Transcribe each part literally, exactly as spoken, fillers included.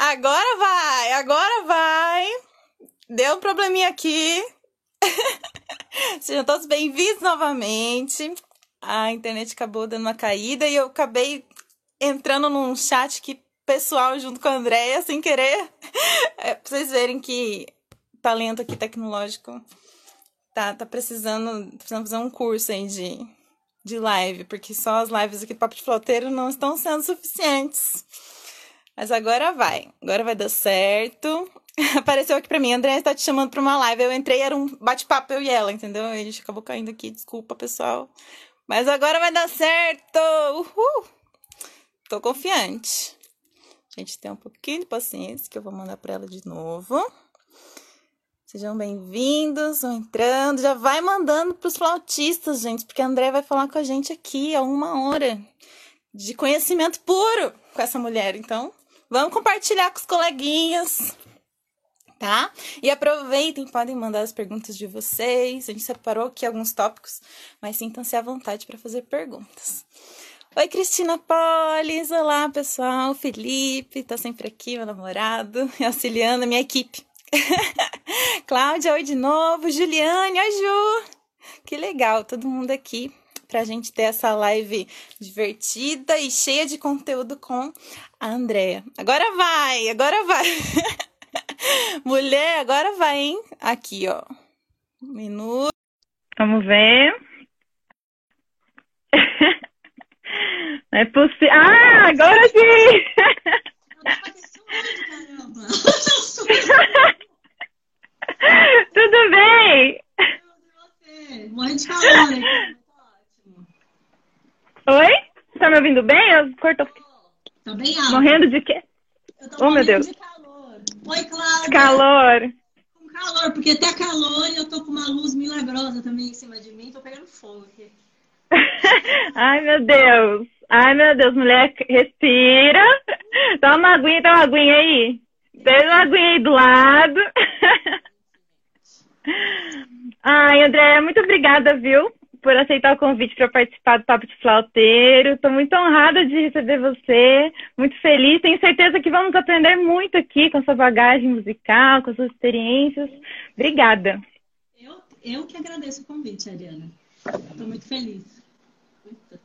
Agora vai, agora vai. Deu um probleminha aqui. Sejam todos bem-vindos novamente. A internet acabou dando uma caída e eu acabei entrando num chat aqui pessoal junto com a Andréia, sem querer. É, pra vocês verem que talento aqui tecnológico tá, tá precisando, precisando fazer um curso aí de, de live, porque só as lives aqui do Papo de Flauteiro não estão sendo suficientes. Mas agora vai, agora vai dar certo. Apareceu aqui pra mim, André está te chamando pra uma live. Eu entrei, era um bate-papo eu e ela, entendeu? A gente acabou caindo aqui, desculpa, pessoal. Mas agora vai dar certo! Uhul! Tô confiante. Gente, tem um pouquinho de paciência que eu vou mandar pra ela de novo. Sejam bem-vindos, vão entrando. Já vai mandando pros flautistas, gente, porque a André vai falar com a gente aqui há uma hora de conhecimento puro com essa mulher. Então, vamos compartilhar com os coleguinhas, tá? E aproveitem, podem mandar as perguntas de vocês. A gente separou aqui alguns tópicos, mas sintam-se à vontade para fazer perguntas. Oi, Cristina Polis. Olá, pessoal. Felipe, tá sempre aqui, meu namorado, auxiliando a minha equipe. Cláudia, oi de novo. Juliane, oi, Ju. Que legal, todo mundo aqui pra gente ter essa live divertida e cheia de conteúdo com a Andréia. Agora vai, agora vai. Mulher, agora vai, hein? Aqui, ó. Um minuto. Vamos ver. Não é possível. Ah, agora sim! Tudo bem? Morrendo de calor, hein? Oi? Tá me ouvindo bem? Eu corto. Tá bem alto. Morrendo de quê? Eu tô Oh, meu morrendo Deus. de calor. Oi, Cláudia. Calor. Com calor, porque tá calor e eu tô com uma luz milagrosa também em cima de mim. Tô pegando fogo aqui. Ai, meu Deus. Ai, meu Deus. Mulher, respira. Toma uma aguinha, toma uma aguinha aí. Tem uma aguinha aí do lado. Ai, André, muito obrigada, viu? Por aceitar o convite para participar do Papo de Flauteiro. Estou muito honrada de receber você, muito feliz. Tenho certeza que vamos aprender muito aqui com sua bagagem musical, com suas experiências. Obrigada. Eu, eu que agradeço o convite, Ariana. Estou muito feliz. Muito.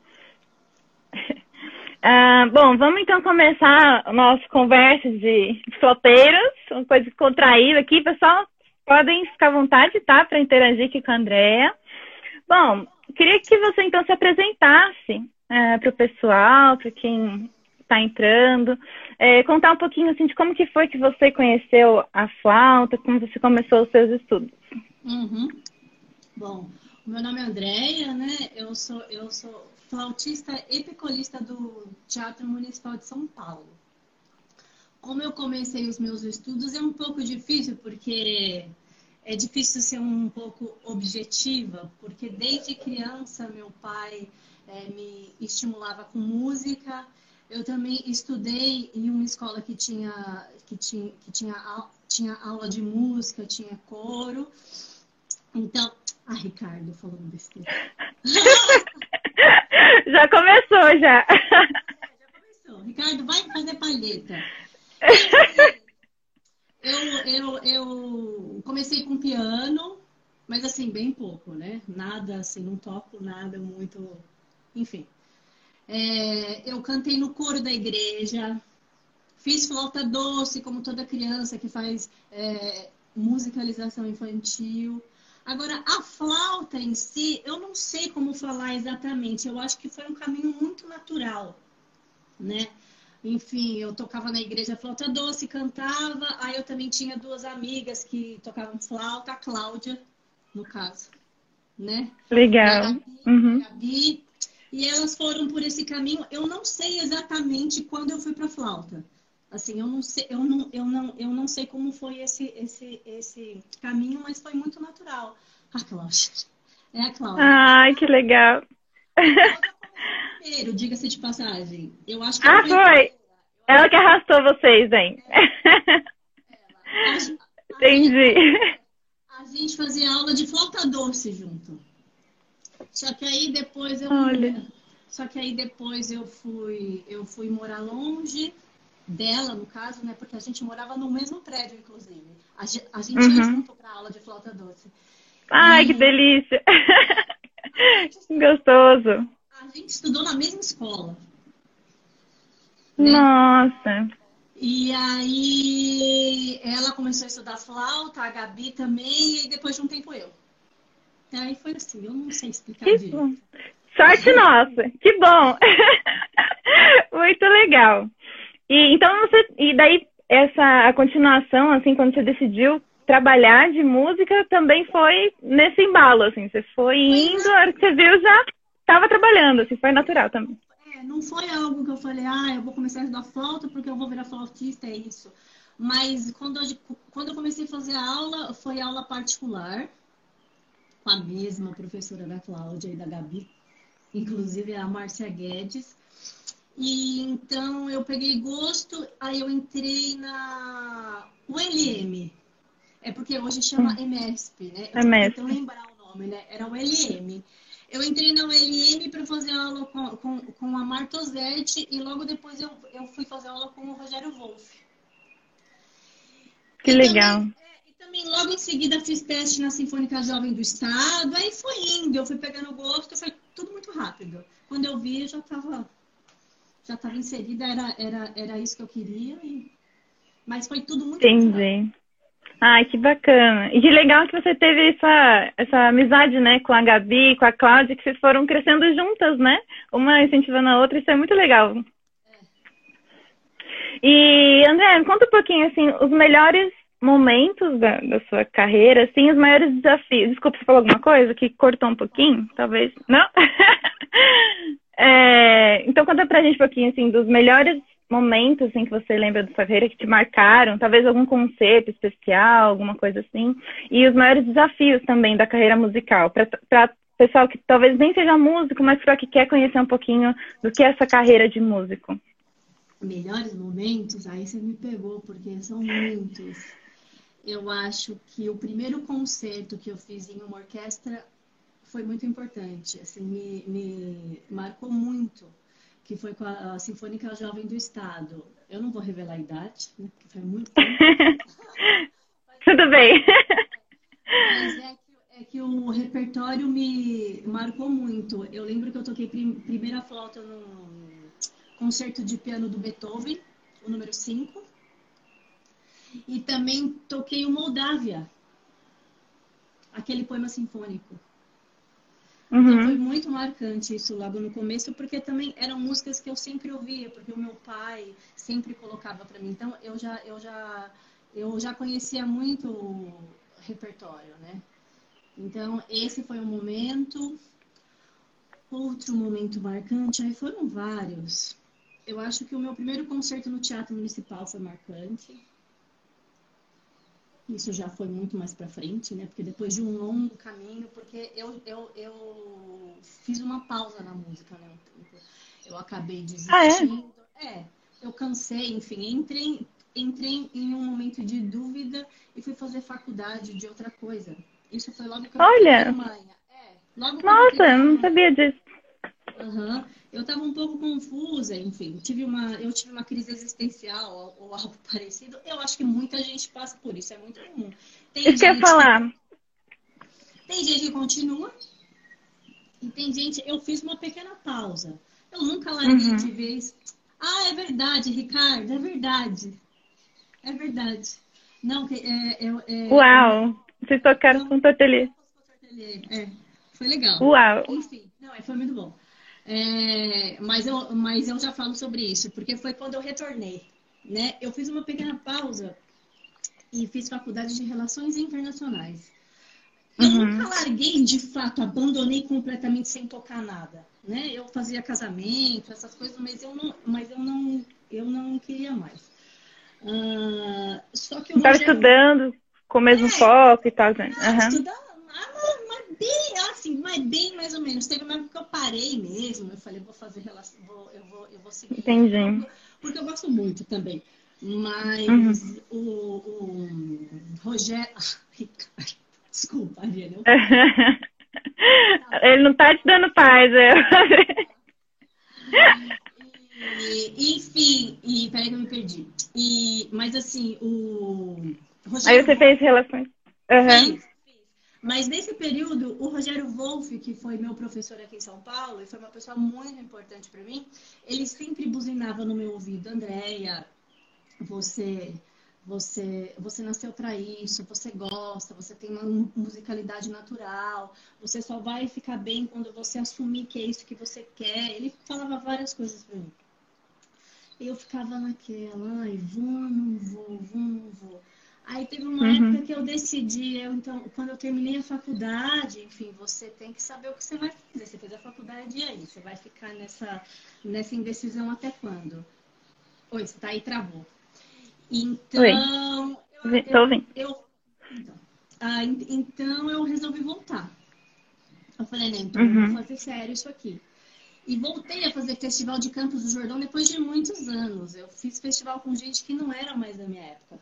Ah, bom, vamos então começar a nossa conversa de flauteiros, uma coisa contraída aqui. Pessoal, podem ficar à vontade, tá? Para interagir aqui com a Andréia. Bom, queria que você então se apresentasse é, para o pessoal, para quem está entrando, é, contar um pouquinho assim de como que foi que você conheceu a flauta, como você começou os seus estudos. Uhum. Bom, o meu nome é Andréia, né? Eu sou, eu sou flautista e picolista do Teatro Municipal de São Paulo. Como eu comecei os meus estudos é um pouco difícil, porque é difícil ser um pouco objetiva, porque desde criança meu pai é, me estimulava com música. Eu também estudei em uma escola que tinha, que tinha, que tinha, tinha aula de música, tinha coro. Então, ah, Ricardo falando besteira. Já começou, já. É, já começou. Ricardo, vai fazer palheta. Eu, eu, eu comecei com piano, mas assim, bem pouco, né? Nada, assim, não toco nada muito... Enfim. É, eu cantei no coro da igreja, fiz flauta doce, como toda criança que faz é, musicalização infantil. Agora, a flauta em si, eu não sei como falar exatamente. Eu acho que foi um caminho muito natural, né? Enfim, eu tocava na igreja flauta doce, cantava. Aí eu também tinha duas amigas que tocavam flauta, a Cláudia, no caso, né? Legal. A Gabi, Uhum. a Gabi, e elas foram por esse caminho. Eu não sei exatamente quando eu fui para flauta. Assim, eu não sei, eu não, eu não, eu não sei como foi esse, esse, esse caminho, mas foi muito natural. A Cláudia. É a Cláudia. Ai, que legal. Primeiro, diga-se de passagem. Eu acho que Ah, foi? Ela que arrastou vocês, hein? Ela. A, Entendi. A, a gente fazia aula de flauta doce junto. Só que aí depois eu. Olha. Só que aí depois eu fui, eu fui morar longe, dela, no caso, né? Porque a gente morava no mesmo prédio, inclusive. A, ge- a gente ia Uhum. junto para aula de flauta doce. Ai, que E delícia! a gente, Gostoso. a gente estudou na mesma escola, né? Nossa. E aí ela começou a estudar flauta, a Gabi também, e depois de um tempo eu. E aí foi assim, eu não sei explicar Que bom. direito. Sorte nossa. Que bom. Muito legal. E então você, e daí essa a continuação, assim, quando você decidiu trabalhar de música, também foi nesse embalo, assim, você foi Foi indo, na- a hora que você viu já estava trabalhando, assim, foi natural também. é, não foi algo que eu falei, ah, eu vou começar a estudar flauta porque eu vou virar flautista, é isso. Mas quando eu, quando eu comecei a fazer a aula, foi aula particular, com a mesma professora da Cláudia e da Gabi, inclusive a Márcia Guedes. E então eu peguei gosto, aí eu entrei na U L M. É porque hoje chama Hum, M E S P, né? Eu É tava tentando mestre. lembrar o nome, né? Era o L M. Eu entrei na U L M para fazer aula com, com, com a Martosetti e logo depois eu, eu fui fazer aula com o Rogério Wolff. Que E também, legal. é, e também logo em seguida fiz teste na Sinfônica Jovem do Estado, aí foi indo, eu fui pegando gosto, foi tudo muito rápido. Quando eu vi, eu já estava já estava inserida, era, era, era isso que eu queria, e... mas foi tudo muito natural. Entendi. Ai, que bacana. E que legal que você teve essa, essa amizade, né, com a Gabi, com a Cláudia, que vocês foram crescendo juntas, né? Uma incentivando a outra, isso é muito legal. E, André, me conta um pouquinho, assim, os melhores momentos da, da sua carreira, assim, os maiores desafios. Desculpa, você falou alguma coisa que cortou um pouquinho? Talvez. Não? É, então, conta pra gente um pouquinho, assim, dos melhores momentos, assim, que você lembra da sua carreira, que te marcaram, talvez algum concerto especial, alguma coisa assim. E os maiores desafios também da carreira musical, pra, pra pessoal que talvez nem seja músico, mas para que quer conhecer um pouquinho do que é essa carreira de músico. Melhores momentos, aí você me pegou, porque são muitos. Eu acho que o primeiro concerto que eu fiz em uma orquestra foi muito importante, assim, me, me marcou muito, que foi com a Sinfônica Jovem do Estado. Eu não vou revelar a idade, né, porque foi muito tempo. Tudo bem. Mas é que, é que o repertório me marcou muito. Eu lembro que eu toquei prim, primeira flauta no concerto de piano do Beethoven, o número cinco. E também toquei o Moldávia, aquele poema sinfônico. Então foi Uhum. muito marcante isso logo no começo, porque também eram músicas que eu sempre ouvia, porque o meu pai sempre colocava para mim. Então eu já, eu já, eu já conhecia muito o repertório, né? Então esse foi um momento. Outro momento marcante, aí foram vários. Eu acho que o meu primeiro concerto no Teatro Municipal foi marcante. Isso já foi muito mais para frente, né? Porque depois de um longo caminho, porque eu, eu, eu fiz uma pausa na música, né? Eu acabei Ah, é? desistindo. É, eu cansei, enfim, entrei, entrei em um momento de dúvida e fui fazer faculdade de outra coisa. Isso foi logo que eu voltei da Olha, Alemanha. É, logo que eu voltei nossa, da eu não Alemanha. sabia disso. Uhum. Eu estava um pouco confusa, enfim, tive uma, eu tive uma crise existencial ou, ou algo parecido. Eu acho que muita gente passa por isso, é muito comum. Tem Isso que eu ia gente que, falar. tem gente que continua e tem gente. Eu fiz uma pequena pausa. Eu nunca larguei de Uhum. vez. Ah, é verdade, Ricardo, é verdade, é verdade. Não, que é, é, é, o meu, Uau, vocês tocaram não, com tortelê. é, foi legal. Uau. Enfim, não, é, foi muito bom. É, mas, eu, mas eu já falo sobre isso, porque foi quando eu retornei, né? Eu fiz uma pequena pausa e fiz faculdade de Relações Internacionais. Eu nunca Uhum. larguei, de fato, abandonei completamente sem tocar nada, né? Eu fazia casamento, essas coisas, mas eu não, mas eu não, eu não queria mais. Ah, só que o Estava Rogério, estudando com o mesmo é, foco e tal, né? não, Uhum. estudar, ah, mas bem, assim, mas bem mais ou menos. Teve uma época que eu parei mesmo, eu falei, vou fazer relação, vou, eu, vou, eu vou seguir isso, porque Entendi. eu, porque eu gosto muito também. Uhum. Mas o, o Rogério, Ricardo, desculpa, Ariana, eu, Ele não tá te dando paz, é. E, enfim, e peraí que eu me perdi. E, mas assim, o Aí Rogério você fez relações. Aham. Wolff, mas nesse período, o Rogério Wolff, que foi meu professor aqui em São Paulo, e foi uma pessoa muito importante para mim, ele sempre buzinava no meu ouvido: Andréia, você, você, você nasceu para isso, você gosta, você tem uma musicalidade natural, você só vai ficar bem quando você assumir que é isso que você quer. Ele falava várias coisas para mim. E eu ficava naquela, ai, vou, não vou, vou, não vou. Aí teve uma Uhum. época que eu decidi, eu, então, quando eu terminei a faculdade, enfim, você tem que saber o que você vai fazer. Você fez a faculdade e aí? Você vai ficar nessa, nessa indecisão até quando? Oi, você tá aí, travou. Oi, Então, eu, vi- tô eu, ouvindo. eu, então, ah, en- então eu resolvi voltar. Eu falei, né, então eu vou Uhum. fazer sério isso aqui. E voltei a fazer festival de Campos do Jordão depois de muitos anos. Eu fiz festival com gente que não era mais da minha época,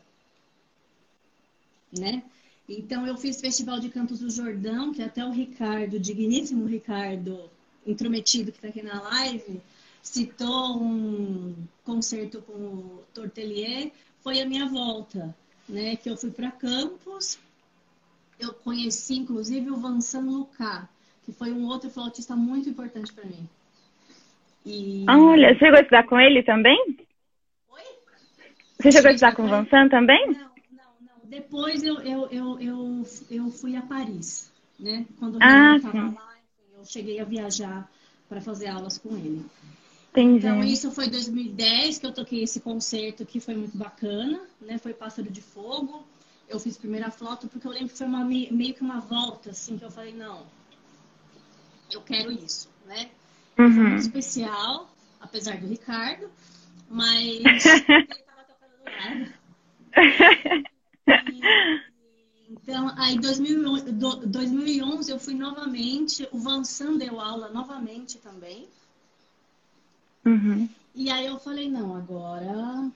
né? Então eu fiz festival de Campos do Jordão, que até o Ricardo, o digníssimo Ricardo, intrometido que está aqui na live, citou um concerto com o Tortelier, foi a minha volta, né? Que eu fui para Campos, eu conheci inclusive o Vansan Lucas, que foi um outro flautista muito importante para mim. Olha, E... você chegou a estudar com ele também? Oi? Você chegou a Cheguei a estudar estudar com com o ele? Vansan também? Não, não, não. Depois eu, eu, eu, eu, eu fui a Paris, né? Quando o Renan Ah, estava sim. lá, eu cheguei a viajar para fazer aulas com ele. Então, Entendi. isso foi em dois mil e dez que eu toquei esse concerto que foi muito bacana, né? Foi Pássaro de Fogo. Eu fiz primeira flauta porque eu lembro que foi uma, meio que uma volta, assim, que eu falei, não, eu quero isso, né? E foi muito Uhum. especial, apesar do Ricardo, mas porque ele estava tocando do lado. E, então, aí em dois mil e onze, do- dois mil e onze eu fui novamente, o Vansan deu aula novamente também. Uhum. E aí eu falei, não, agora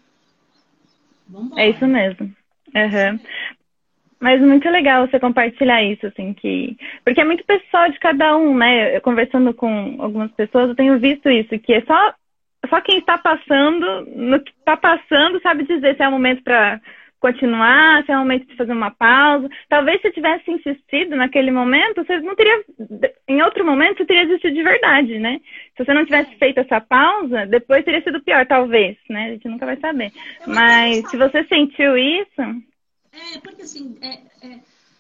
É isso vambora. mesmo. É isso Uhum. mesmo. Mas muito legal você compartilhar isso, assim, que... Porque é muito pessoal de cada um, né? Eu, conversando com algumas pessoas, eu tenho visto isso, que é só, só quem está passando, no que está passando, sabe dizer se é o momento para continuar, se é o momento de fazer uma pausa. Talvez se eu tivesse insistido naquele momento, você não teria... Em outro momento, você teria desistido de verdade, né? Se você não tivesse É, feito essa pausa, depois teria sido pior, talvez, né? A gente nunca vai saber. eu até Mas se gostava. você sentiu isso... É, porque assim, é, é,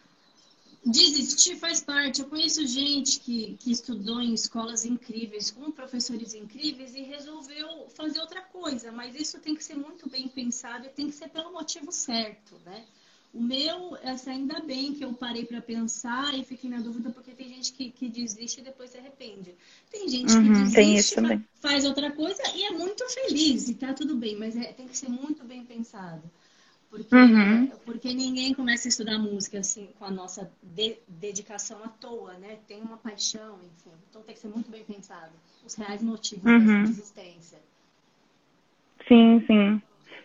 desistir faz parte. Eu conheço gente que, que estudou em escolas incríveis, com professores incríveis e resolveu fazer outra coisa, mas isso tem que ser muito bem pensado e tem que ser pelo motivo certo, né? O meu, essa, ainda bem que eu parei para pensar e fiquei na dúvida, porque tem gente que, que desiste e depois se arrepende. Tem gente que Uhum, tem isso desiste, fa- também. faz outra coisa e é muito feliz e tá tudo bem, mas é- tem que ser muito bem pensado. Porque, Uhum, porque ninguém começa a estudar música assim com a nossa de- dedicação à toa, né? Tem uma paixão, enfim. Então tem que ser muito bem pensado. Os reais motivos dessa uhum. desistência. Sim, sim.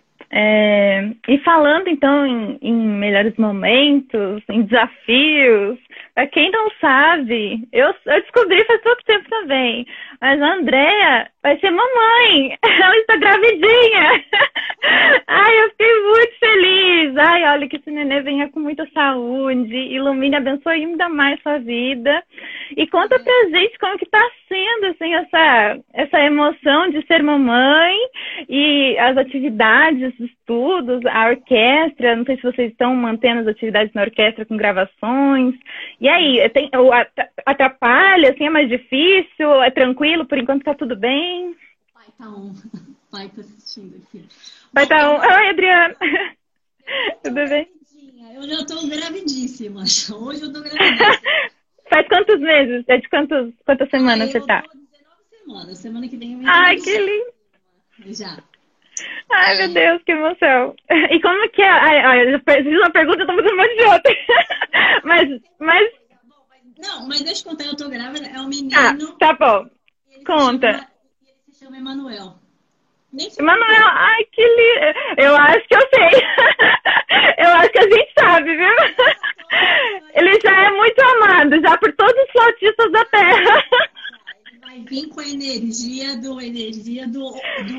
É, e falando então em, em melhores momentos, em desafios, para quem não sabe, eu, eu descobri faz pouco tempo também, mas a Andrea vai ser mamãe, ela está gravidinha. Ai, eu fiquei muito feliz. Ai, olha, que esse nenê venha com muita saúde, ilumine, abençoe ainda mais sua vida. E conta É, pra gente como que tá sendo, assim, essa, essa emoção de ser mamãe e as atividades, os estudos, a orquestra. Não sei se vocês estão mantendo as atividades na orquestra com gravações. E aí, isso. tem, o- atra- atrapalha, assim, é mais difícil? É tranquilo? Por enquanto tá tudo bem? O pai tá on. O pai tá assistindo aqui. Vai Bom, estar eu um... não, Oi, Adriana! eu não tô Tudo bem? gravidinha. Eu já tô gravidíssima. Hoje eu tô gravidíssima. Faz quantos meses? É de quantos, quantas Ah, semanas você eu tá? tô dezenove semanas. Semana que vem eu entro no Ai, que vinte. lindo! Já. Ai, meu É, Deus, que emoção. E como que é? Ai, ai, eu fiz uma pergunta, eu tô fazendo um monte de outra. não, Mas, tem muita mas, coisa. Bom, mas, não, mas deixa eu contar, eu tô grávida. É um tá, menino tá bom. e ele se Conta. chama, e ele se chama Emanuel. Nem sei por Emanuel, quê. ai, que lindo. Eu acho que eu sei. Eu acho que a gente sabe, viu? Já tô, tô Ele já é muito amado, já por todos os flautistas da terra. Já, ele vai vir com a energia do energia do, do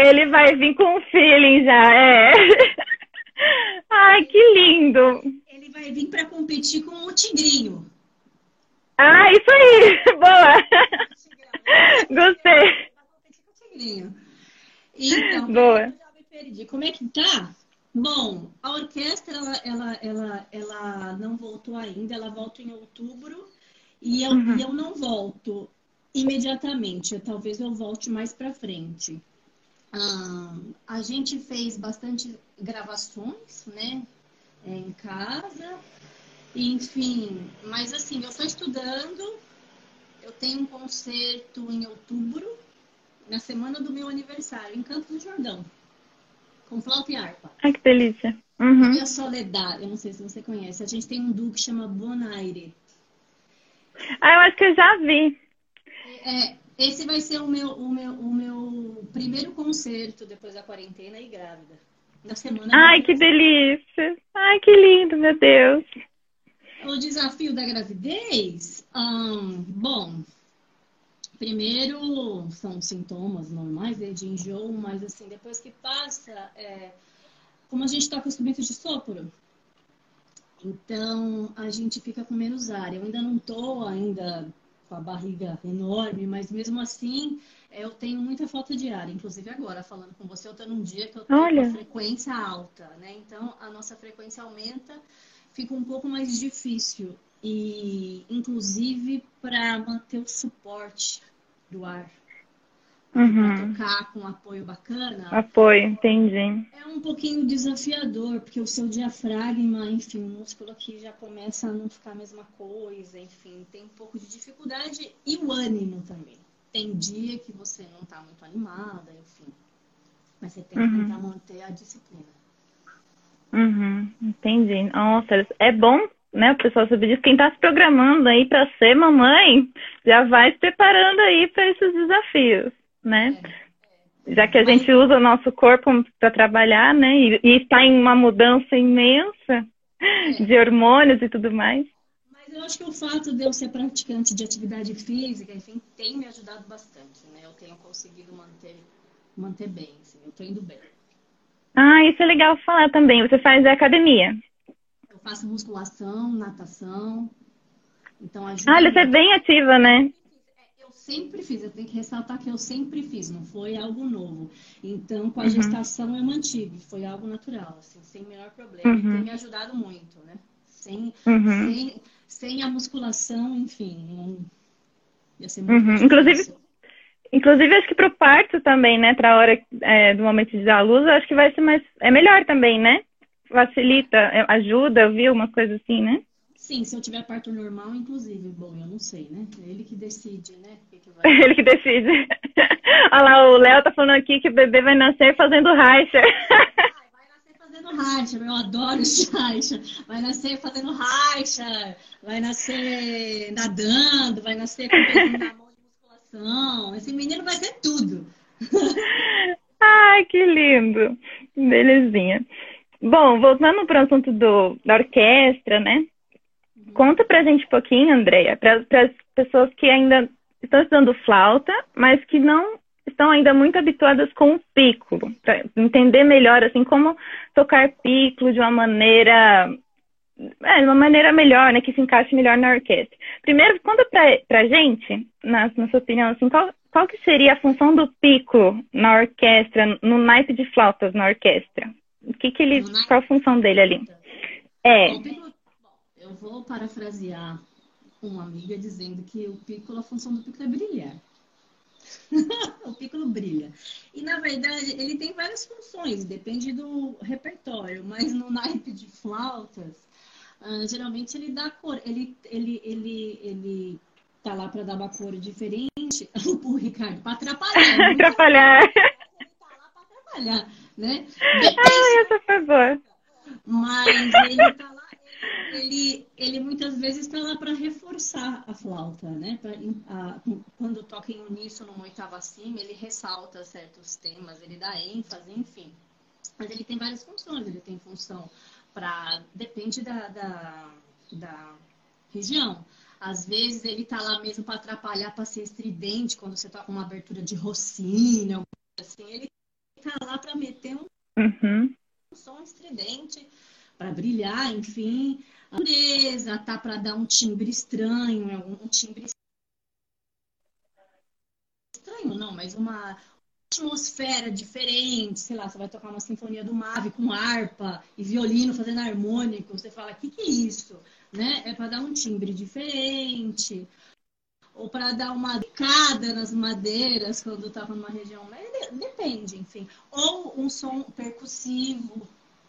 Ele vai vir com o feeling já, é. Ai, que lindo. Ele vai vir para competir com o tigrinho. Ah, isso aí. Boa. Gostei. Vai competir com o tigrinho. Então, boa. Eu já me perdi. Como é que tá? Bom, a orquestra, ela, ela, ela, ela não voltou ainda. Ela volta em outubro. E eu, Uhum. e eu não volto imediatamente. Eu, talvez eu volte mais para frente. Ah, a gente fez bastante gravações, né? Em casa. Enfim, mas assim, eu estou estudando. Eu tenho um concerto em outubro, na semana do meu aniversário, em Campos do Jordão, com flauta e harpa. Ai, que delícia. Eu Uhum. e a Soledad, eu não sei se você conhece, a gente tem um duo que chama Bonaire. Ah, eu acho que eu já vi. É, esse vai ser o meu, o, meu, o meu primeiro concerto depois da quarentena e grávida. Na semana Ai, do que delícia. Ai, que lindo, meu Deus. O desafio da gravidez, hum, bom, primeiro são sintomas normais, né, de enjoo, mas assim, depois que passa, é, como a gente está com instrumento de sopro, então a gente fica com menos ar. Eu ainda não estou ainda com a barriga enorme, mas mesmo assim é, eu tenho muita falta de ar. Inclusive agora, falando com você, eu estou num dia que eu estou com a Olha. frequência alta, né? Então a nossa frequência aumenta, fica um pouco mais difícil. E inclusive para manter o suporte do ar. Para Uhum. tocar com apoio bacana, Apoio, entendi. é um pouquinho desafiador, porque o seu diafragma, enfim, o músculo aqui já começa a não ficar a mesma coisa, enfim, tem um pouco de dificuldade e o ânimo também. Tem dia que você não está muito animada, enfim, mas você tem que Uhum. tentar manter a disciplina. Uhum, entendi. Nossa, é bom, né, o pessoal saber disso. Quem tá se programando aí para ser mamãe, já vai se preparando aí para esses desafios, né? É, Já que a mas, gente usa o nosso corpo para trabalhar, né, e, e está em uma mudança imensa é, de hormônios e tudo mais. mas eu acho que o fato de eu ser praticante de atividade física, enfim, tem me ajudado bastante, né? Eu tenho conseguido manter, manter bem, assim, eu tô indo bem. Ah, isso é legal falar também. Você faz academia. Eu faço musculação, natação, então Ah, ajuda você é muito. bem ativa, né? Eu sempre fiz, eu tenho que ressaltar que eu sempre fiz, não foi algo novo. Então, com a Uhum, gestação eu mantive, foi algo natural, assim, sem o menor problema e tem uhum, me ajudado muito, né? Sem, uhum, sem, sem a musculação, enfim, não, ia ser muito uhum. mais Inclusive, difícil. inclusive, acho que pro parto também, né? Pra hora é, do momento de dar a luz, eu acho que vai ser mais. É melhor também, né? Facilita, é, ajuda, viu? Uma coisa assim, né? Sim, se eu tiver parto normal, inclusive, bom, eu não sei, né? É ele que decide, né? O que que vai. Ele que decide. Olha lá, o Léo tá falando aqui que o bebê vai nascer fazendo raixa. Ai, vai nascer fazendo raixa, eu adoro esse raixa. Vai nascer fazendo raixa, vai nascer nadando, vai nascer com pezinho na mão de musculação. Esse menino vai ter tudo. Ai, que lindo. Belezinha. Bom, voltando para o assunto do, da orquestra, né? Conta pra gente um pouquinho, Andreia, para as pessoas que ainda estão estudando flauta, mas que não estão ainda muito habituadas com o pícolo, para entender melhor assim como tocar pícolo de uma maneira, é, de uma maneira melhor, né, que se encaixe melhor na orquestra. Primeiro, conta pra, pra gente, na, na sua opinião, assim, qual, qual que seria a função do pícolo na orquestra, no naipe de flautas na orquestra? O que que ele, qual a função dele ali? É. Bom, pícolo- eu vou parafrasear uma amiga dizendo que o pícolo, a função do pícolo é brilhar. O pícolo brilha. E, na verdade, ele tem várias funções, depende do repertório, mas no naipe de flautas, ah, geralmente ele dá cor, ele, ele, ele, ele tá lá para dar uma cor diferente, o Ricardo, para atrapalhar, ele não tá lá pra Atrapalhar. atrapalhar, ele tá lá para atrapalhar, né? Ai, Depende, essa foi boa. mas ele tá lá, ele, ele muitas vezes está lá para reforçar a flauta, né? Pra, a, quando toca em uníssono, uma oitava acima, ele ressalta certos temas, ele dá ênfase, enfim. Mas ele tem várias funções, ele tem função para... Depende da, da, da região. Às vezes ele está lá mesmo para atrapalhar, para ser estridente, quando você toca uma abertura de Rossini, assim, ele tá lá para meter um Uhum. som estridente, para brilhar, enfim. A pureza, tá para dar um timbre estranho, um timbre estranho não, mas uma atmosfera diferente, sei lá, você vai tocar uma sinfonia do Mave com harpa e violino fazendo harmônico, você fala, o que, que é isso? Né? É para dar um timbre diferente, ou para dar uma picada nas madeiras quando estava numa região, mas depende, enfim. Ou um som percussivo.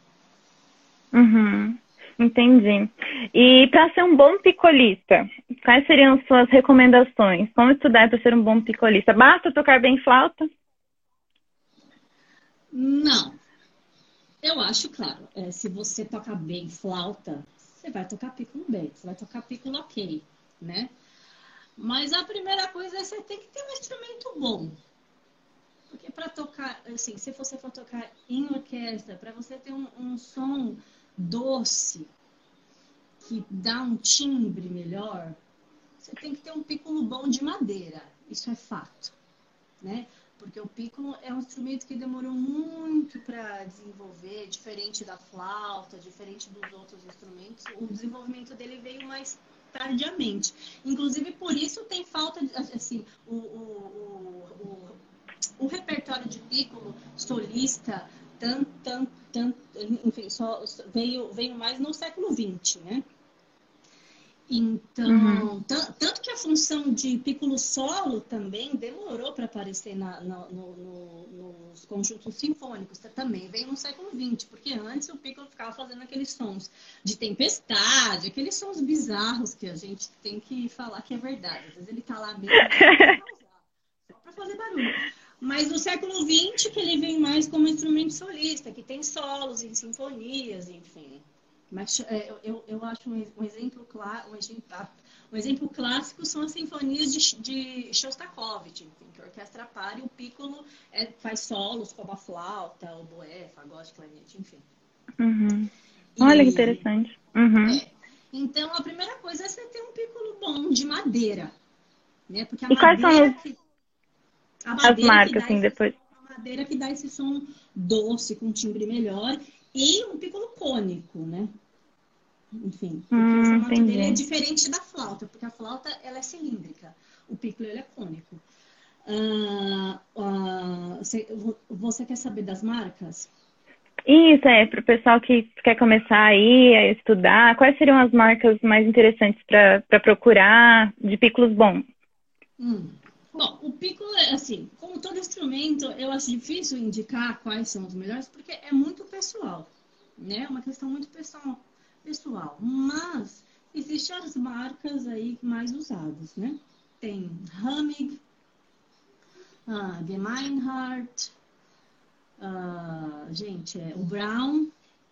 Uhum. Entendi. E para ser um bom picolista, quais seriam suas recomendações? Como estudar para ser um bom picolista? Basta tocar bem flauta? Não. Eu acho, claro, é, se você toca bem flauta, você vai tocar piccolo bem, você vai tocar piccolo ok, né? Mas a primeira coisa é você tem que ter um instrumento bom. Porque para tocar, assim, se você for tocar em orquestra, para você ter um, um som doce, que dá um timbre melhor, você tem que ter um piccolo bom de madeira. Isso é fato, né? Porque o piccolo é um instrumento que demorou muito para desenvolver, diferente da flauta, diferente dos outros instrumentos. O desenvolvimento dele veio mais tardiamente. Inclusive, por isso tem falta, de, assim, o, o, o, o, o repertório de piccolo solista, tan, tan, tan, enfim, só veio, veio mais no século vinte, né? Então, Uhum. tanto que a função de piccolo solo também demorou para aparecer na, na, no, no, nos conjuntos sinfônicos, também veio no século vinte, porque antes o piccolo ficava fazendo aqueles sons de tempestade, aqueles sons bizarros que a gente tem que falar que é verdade. Às vezes ele tá lá mesmo só para fazer barulho. Mas no século vinte que ele vem mais como instrumento solista, que tem solos em sinfonias, enfim. Mas é, eu, eu acho um, um, exemplo claro, um, exemplo, um exemplo clássico são as sinfonias de, de Shostakovich, enfim, que a orquestra para e o piccolo é, faz solos como a flauta, o oboé, fagote, clarinete, enfim. Uhum. Olha que E, interessante. Uhum. é, então, a primeira coisa é você ter um piccolo bom de madeira, né? Porque a E quais são madeira os, que a as madeira que marcas, dá assim, esse depois? a madeira que dá esse som doce com timbre melhor e um piccolo cônico, né? Enfim, porque o Hum, formato dele é entendi. diferente da flauta, porque a flauta ela é cilíndrica, o piccolo ele é cônico. Ah, ah, você, você quer saber das marcas? Isso, é, para o pessoal que quer começar aí a estudar, quais seriam as marcas mais interessantes para procurar de picos bons? Hum. Bom, o piccolo é assim, como todo instrumento, eu acho difícil indicar quais são os melhores, porque é muito pessoal, né? É uma questão muito pessoal, pessoal. Mas existem as marcas aí mais usadas, né? Tem Hamming, uh, Gemeinhardt, uh, gente, é o Brown,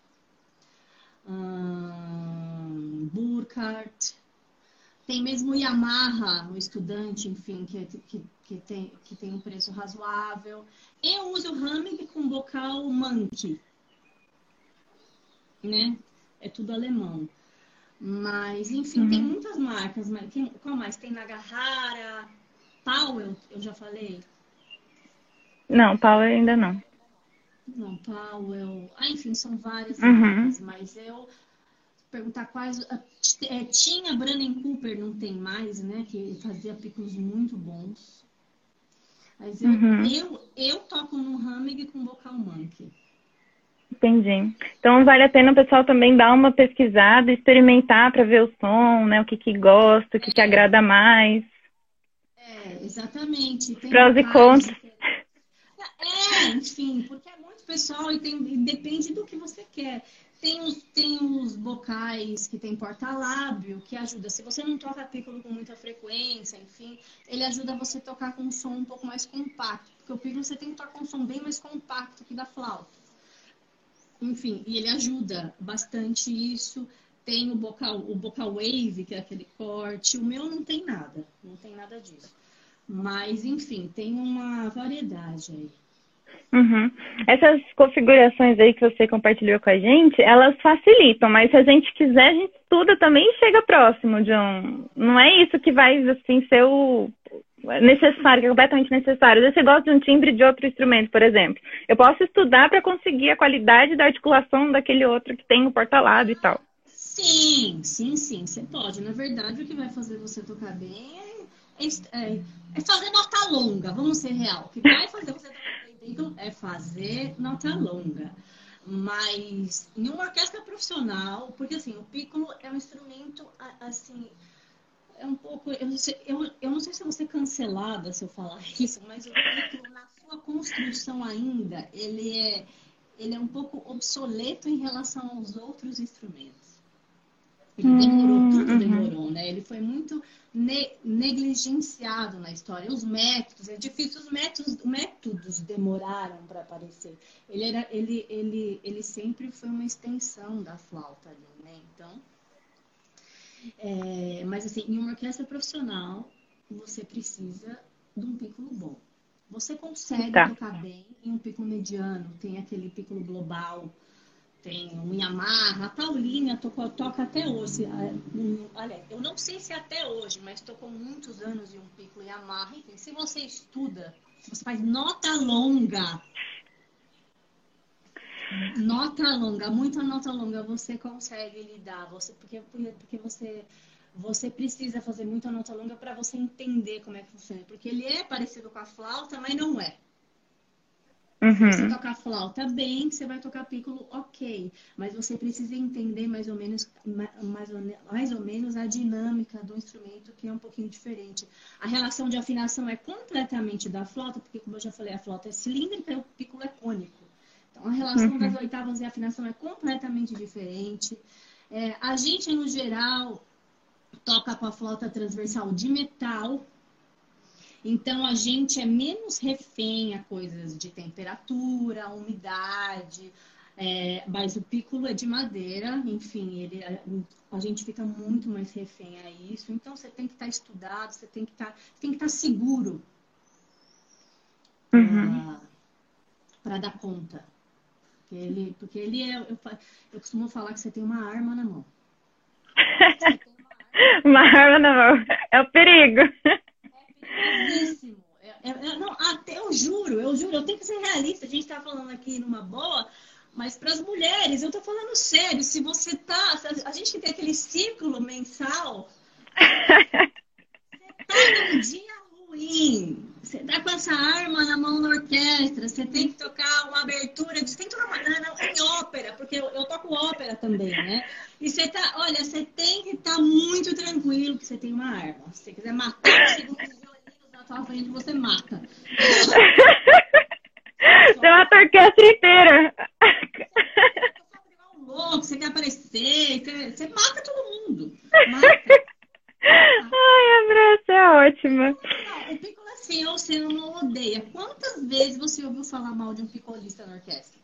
uh, Burkhardt, tem mesmo o Yamaha, o estudante, enfim, que, que, que, tem, que tem um preço razoável. Eu uso o Hamming com bocal Monkey, né? É tudo alemão. Mas, enfim, tem Uhum. muitas marcas. Mas tem, qual mais? Tem Nagahara, Powell, eu já falei. Não, Power ainda não. Não, Powell. Ah, enfim, são várias Uhum. marcas, mas eu perguntar quais. É, tinha Brannan Cooper, não tem mais, né? Que fazia picos muito bons. Mas eu, Uhum. eu, eu toco no Hamming com vocal monkey. Entendi. Então vale a pena o pessoal também dar uma pesquisada, experimentar para ver o som, né? O que que gosta, o que que É, agrada mais. é, exatamente. Tem Prós e vocais contras. diferentes. É, enfim, porque é muito pessoal e, tem, e depende do que você quer. Tem os, tem os bocais que tem porta-lábio, que ajuda. Se você não toca piccolo com muita frequência, enfim, ele ajuda você a tocar com um som um pouco mais compacto. Porque o piccolo você tem que tocar com um som bem mais compacto que da flauta. Enfim, e ele ajuda bastante isso. Tem o bocal, o bocal wave, que é aquele corte. O meu não tem nada, não tem nada disso. Mas, enfim, tem uma variedade aí. Uhum. Essas configurações aí que você compartilhou com a gente, elas facilitam, mas se a gente quiser, a gente estuda também e chega próximo de um. Não é isso que vai assim ser o, necessário, que é completamente necessário. Às vezes você gosta de um timbre de outro instrumento, por exemplo. Eu posso estudar para conseguir a qualidade da articulação daquele outro que tem o porta-lado e tal. Sim, sim, sim, você pode. Na verdade, o que vai fazer você tocar bem é, é, é fazer nota longa, vamos ser real. O que vai fazer você tocar bem é fazer nota longa. Mas em uma orquestra profissional, porque assim, o piccolo é um instrumento assim, é um pouco. Eu não sei, eu, eu não sei se eu vou ser cancelada se eu falar isso, mas o piccolo, na sua construção ainda, ele é, ele é um pouco obsoleto em relação aos outros instrumentos. Ele demorou, Hum, tudo uhum. demorou, né? Ele foi muito ne negligenciado na história. Os métodos, é difícil, os métodos, métodos demoraram para aparecer. Ele, era, ele, ele, ele sempre foi uma extensão da flauta ali, né? Então, é, mas assim, em uma orquestra profissional, você precisa de um piccolo bom. Você consegue Tá. tocar bem em um piccolo mediano, tem aquele piccolo global, tem um Yamaha, a Paulinha tocou, toca até hoje. Olha, eu não sei se até hoje, mas tocou muitos anos em um piccolo Yamaha. Enfim, se você estuda, se você faz nota longa, nota longa, muita nota longa, você consegue lidar. Você, porque, porque você, você precisa fazer muita nota longa para você entender como é que funciona. Porque ele é parecido com a flauta, mas não é. Uhum. Se você tocar flauta bem, você vai tocar piccolo ok. Mas você precisa entender mais ou menos, mais ou, mais ou menos a dinâmica do instrumento, que é um pouquinho diferente. A relação de afinação é completamente da flauta, porque, como eu já falei, a flauta é cilíndrica e o piccolo é cônico. Então, a relação Uhum. das oitavas e a afinação é completamente diferente. É, a gente, no geral, toca com a flauta transversal de metal. Então, a gente é menos refém a coisas de temperatura, umidade, é, mas o piccolo é de madeira, enfim, ele, a gente fica muito mais refém a isso. Então, você tem que estar estudado, você tem que estar, tem que estar seguro Uhum. para dar conta. Porque ele, porque ele é, eu, eu costumo falar que você tem uma arma na mão. Você tem uma arma. Uma arma na mão. É o perigo. É perigosíssimo. É, é, não, até eu juro, eu juro, eu tenho que ser realista. A gente tá falando aqui numa boa, mas para as mulheres, eu tô falando sério. Se você tá. A gente que tem aquele ciclo mensal, você tá num dia ruim. Você tá com essa arma na mão na orquestra, você tem que tocar uma abertura, você tem que tocar uma, não, em ópera, porque eu, eu toco ópera também, né? E você tá, olha, você tem que estar tá muito tranquilo que você tem uma arma. Se você quiser matar o segundo violino na tua frente, você mata. Você mata a orquestra inteira. Você louco, você quer aparecer, você, você mata todo mundo. Mata. Ai, abraço, é ótima. Não, o piccolo é seu, você não odeia. Quantas vezes você ouviu falar mal de um picolista na orquestra?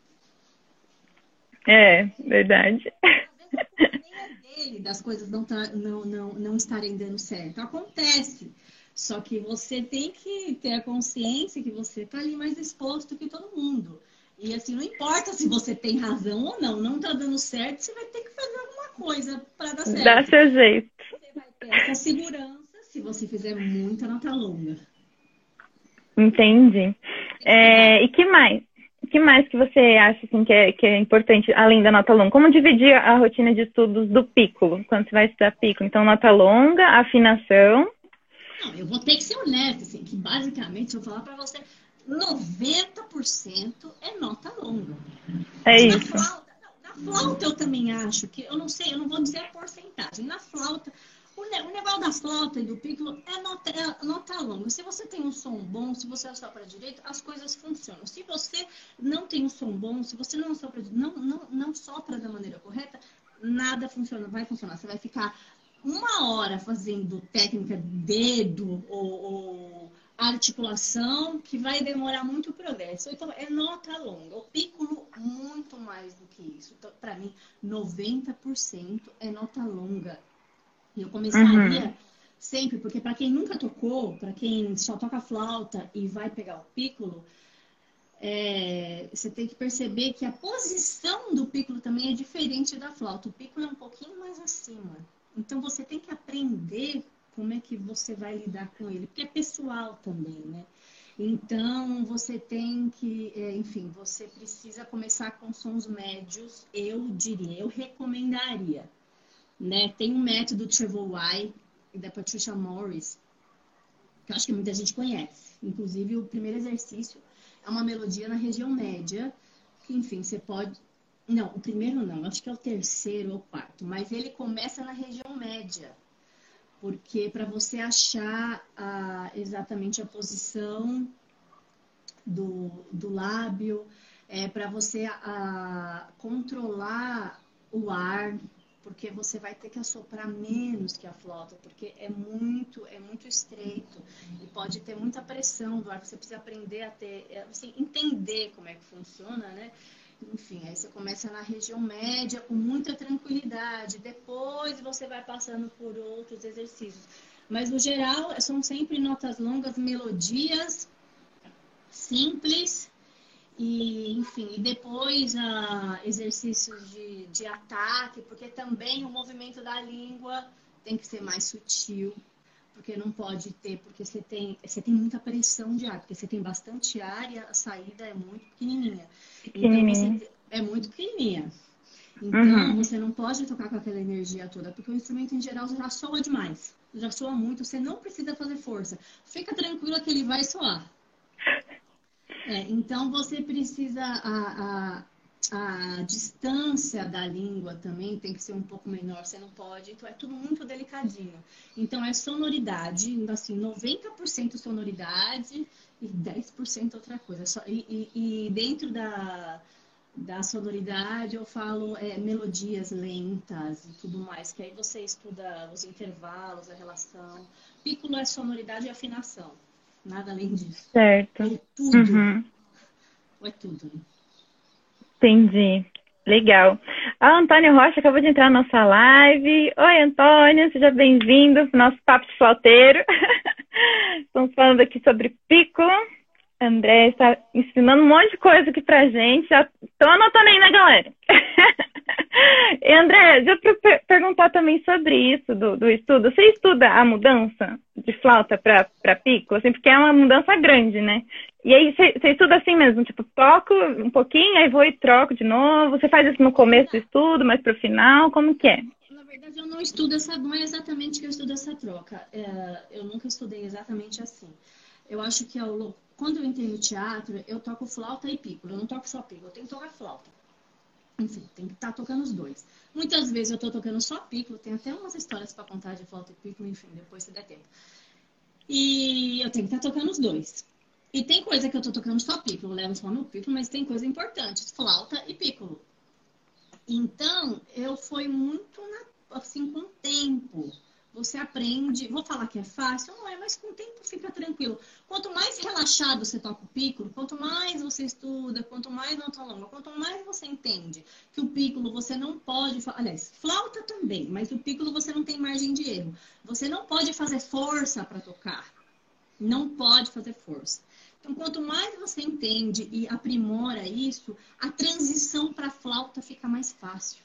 É, verdade. Às vezes a culpa nem é dele, das coisas não, tá, não, não, não estarem dando certo. Acontece. Só que você tem que ter a consciência que você está ali mais exposto que todo mundo. E assim, não importa se você tem razão ou não, não está dando certo, você vai ter que fazer alguma coisa para dar certo. Dá seu jeito. Você vai ter essa segurança se você fizer muita nota longa. Entendi. É, e que mais? O que mais que você acha assim, que, é, que é importante, além da nota longa? Como dividir a rotina de estudos do piccolo, quando você vai estudar piccolo? Então, nota longa, afinação. Não, eu vou ter que ser honesta, assim, que basicamente, se eu falar para você, noventa por cento é nota longa. É na isso. Flauta, não, na flauta eu também acho que, eu não sei, eu não vou dizer a porcentagem. Na flauta, o, o negócio da flauta e do piccolo é nota, é nota longa. Se você tem um som bom, se você assopra direito, as coisas funcionam. Se você não tem um som bom, se você não sopra, não, não, não sopra da maneira correta, nada funciona, vai funcionar. Você vai ficar uma hora fazendo técnica dedo ou, ou articulação, que vai demorar muito o progresso. Então, é nota longa. O piccolo, muito mais do que isso. Então, para mim, noventa por cento é nota longa. E eu começaria uhum. sempre, porque para quem nunca tocou, para quem só toca flauta e vai pegar o piccolo, é, você tem que perceber que a posição do piccolo também é diferente da flauta. O piccolo é um pouquinho mais acima. Então, você tem que aprender como é que você vai lidar com ele? Porque é pessoal também, né? Então, você tem que, é, enfim, você precisa começar com sons médios, eu diria, eu recomendaria, né? Tem um método Treble Y, da Patricia Morris, que eu acho que muita gente conhece. Inclusive, o primeiro exercício é uma melodia na região média, que, enfim, você pode... Não, o primeiro não, acho que é o terceiro ou quarto, mas ele começa na região média. Porque para você achar a, exatamente a posição do, do lábio, é, para você a, controlar o ar, porque você vai ter que assoprar menos que a flauta, porque é muito, é muito estreito e pode ter muita pressão do ar. Você precisa aprender a ter, assim, entender como é que funciona, né? Enfim, aí você começa na região média com muita tranquilidade. Depois você vai passando por outros exercícios. Mas, no geral, são sempre notas longas, melodias simples. E, enfim, e depois ah, exercícios de, de ataque, porque também o movimento da língua tem que ser mais sutil. Porque não pode ter, porque você tem, você tem muita pressão de ar, porque você tem bastante ar e a saída é muito pequenininha. Então, você é muito pequenininha. Então, uhum. Você não pode tocar com aquela energia toda, porque o instrumento, em geral, já soa demais. Já soa muito, você não precisa fazer força. Fica tranquila que ele vai soar. É, então, você precisa... A, a, a distância da língua também tem que ser um pouco menor, você não pode, então é tudo muito delicadinho. Então é sonoridade, assim, noventa por cento sonoridade e dez por cento outra coisa. Só, e, e, e dentro da, da sonoridade eu falo é, melodias lentas e tudo mais, que aí você estuda os intervalos, a relação. Piccolo é sonoridade e afinação, nada além disso. Certo. Ou tudo. Uhum. Ou é tudo, né? Entendi. Legal. A Antônio Rocha acabou de entrar na nossa live. Oi, Antônio, seja bem-vindo ao nosso Papo de Flauteiro. Estamos falando aqui sobre piccolo. André está ensinando um monte de coisa aqui pra gente. Já estou anotando aí, né, galera? E, André, deixa eu per perguntar também sobre isso do, do estudo. Você estuda a mudança de flauta para piccolo? Assim, porque é uma mudança grande, né? E aí você, você estuda assim mesmo, tipo, toco um pouquinho, aí vou e troco de novo. Você faz isso no começo do estudo, mas pro final, como que é? Na verdade, eu não estudo essa, não é exatamente que eu estudo essa troca. É, eu nunca estudei exatamente assim. Eu acho que ao, quando eu entrei no teatro, eu toco flauta e piccolo. Eu não toco só piccolo, eu tenho que tocar flauta. Enfim, tem que estar tocando os dois. Muitas vezes eu estou tocando só piccolo, tem até umas histórias para contar de flauta e piccolo, enfim, depois se der tempo. E eu tenho que estar tocando os dois. E tem coisa que eu estou tocando só piccolo, eu levo só no piccolo, mas tem coisa importante, flauta e piccolo. Então, eu fui muito na, assim, com o tempo. Você aprende, vou falar que é fácil, não é, mas com o tempo fica tranquilo. Quanto mais relaxado você toca o piccolo, quanto mais você estuda, quanto mais nota longa, quanto mais você entende que o piccolo você não pode, aliás, flauta também, mas o piccolo você não tem margem de erro. Você não pode fazer força para tocar. Não pode fazer força. Então, quanto mais você entende e aprimora isso, a transição para a flauta fica mais fácil.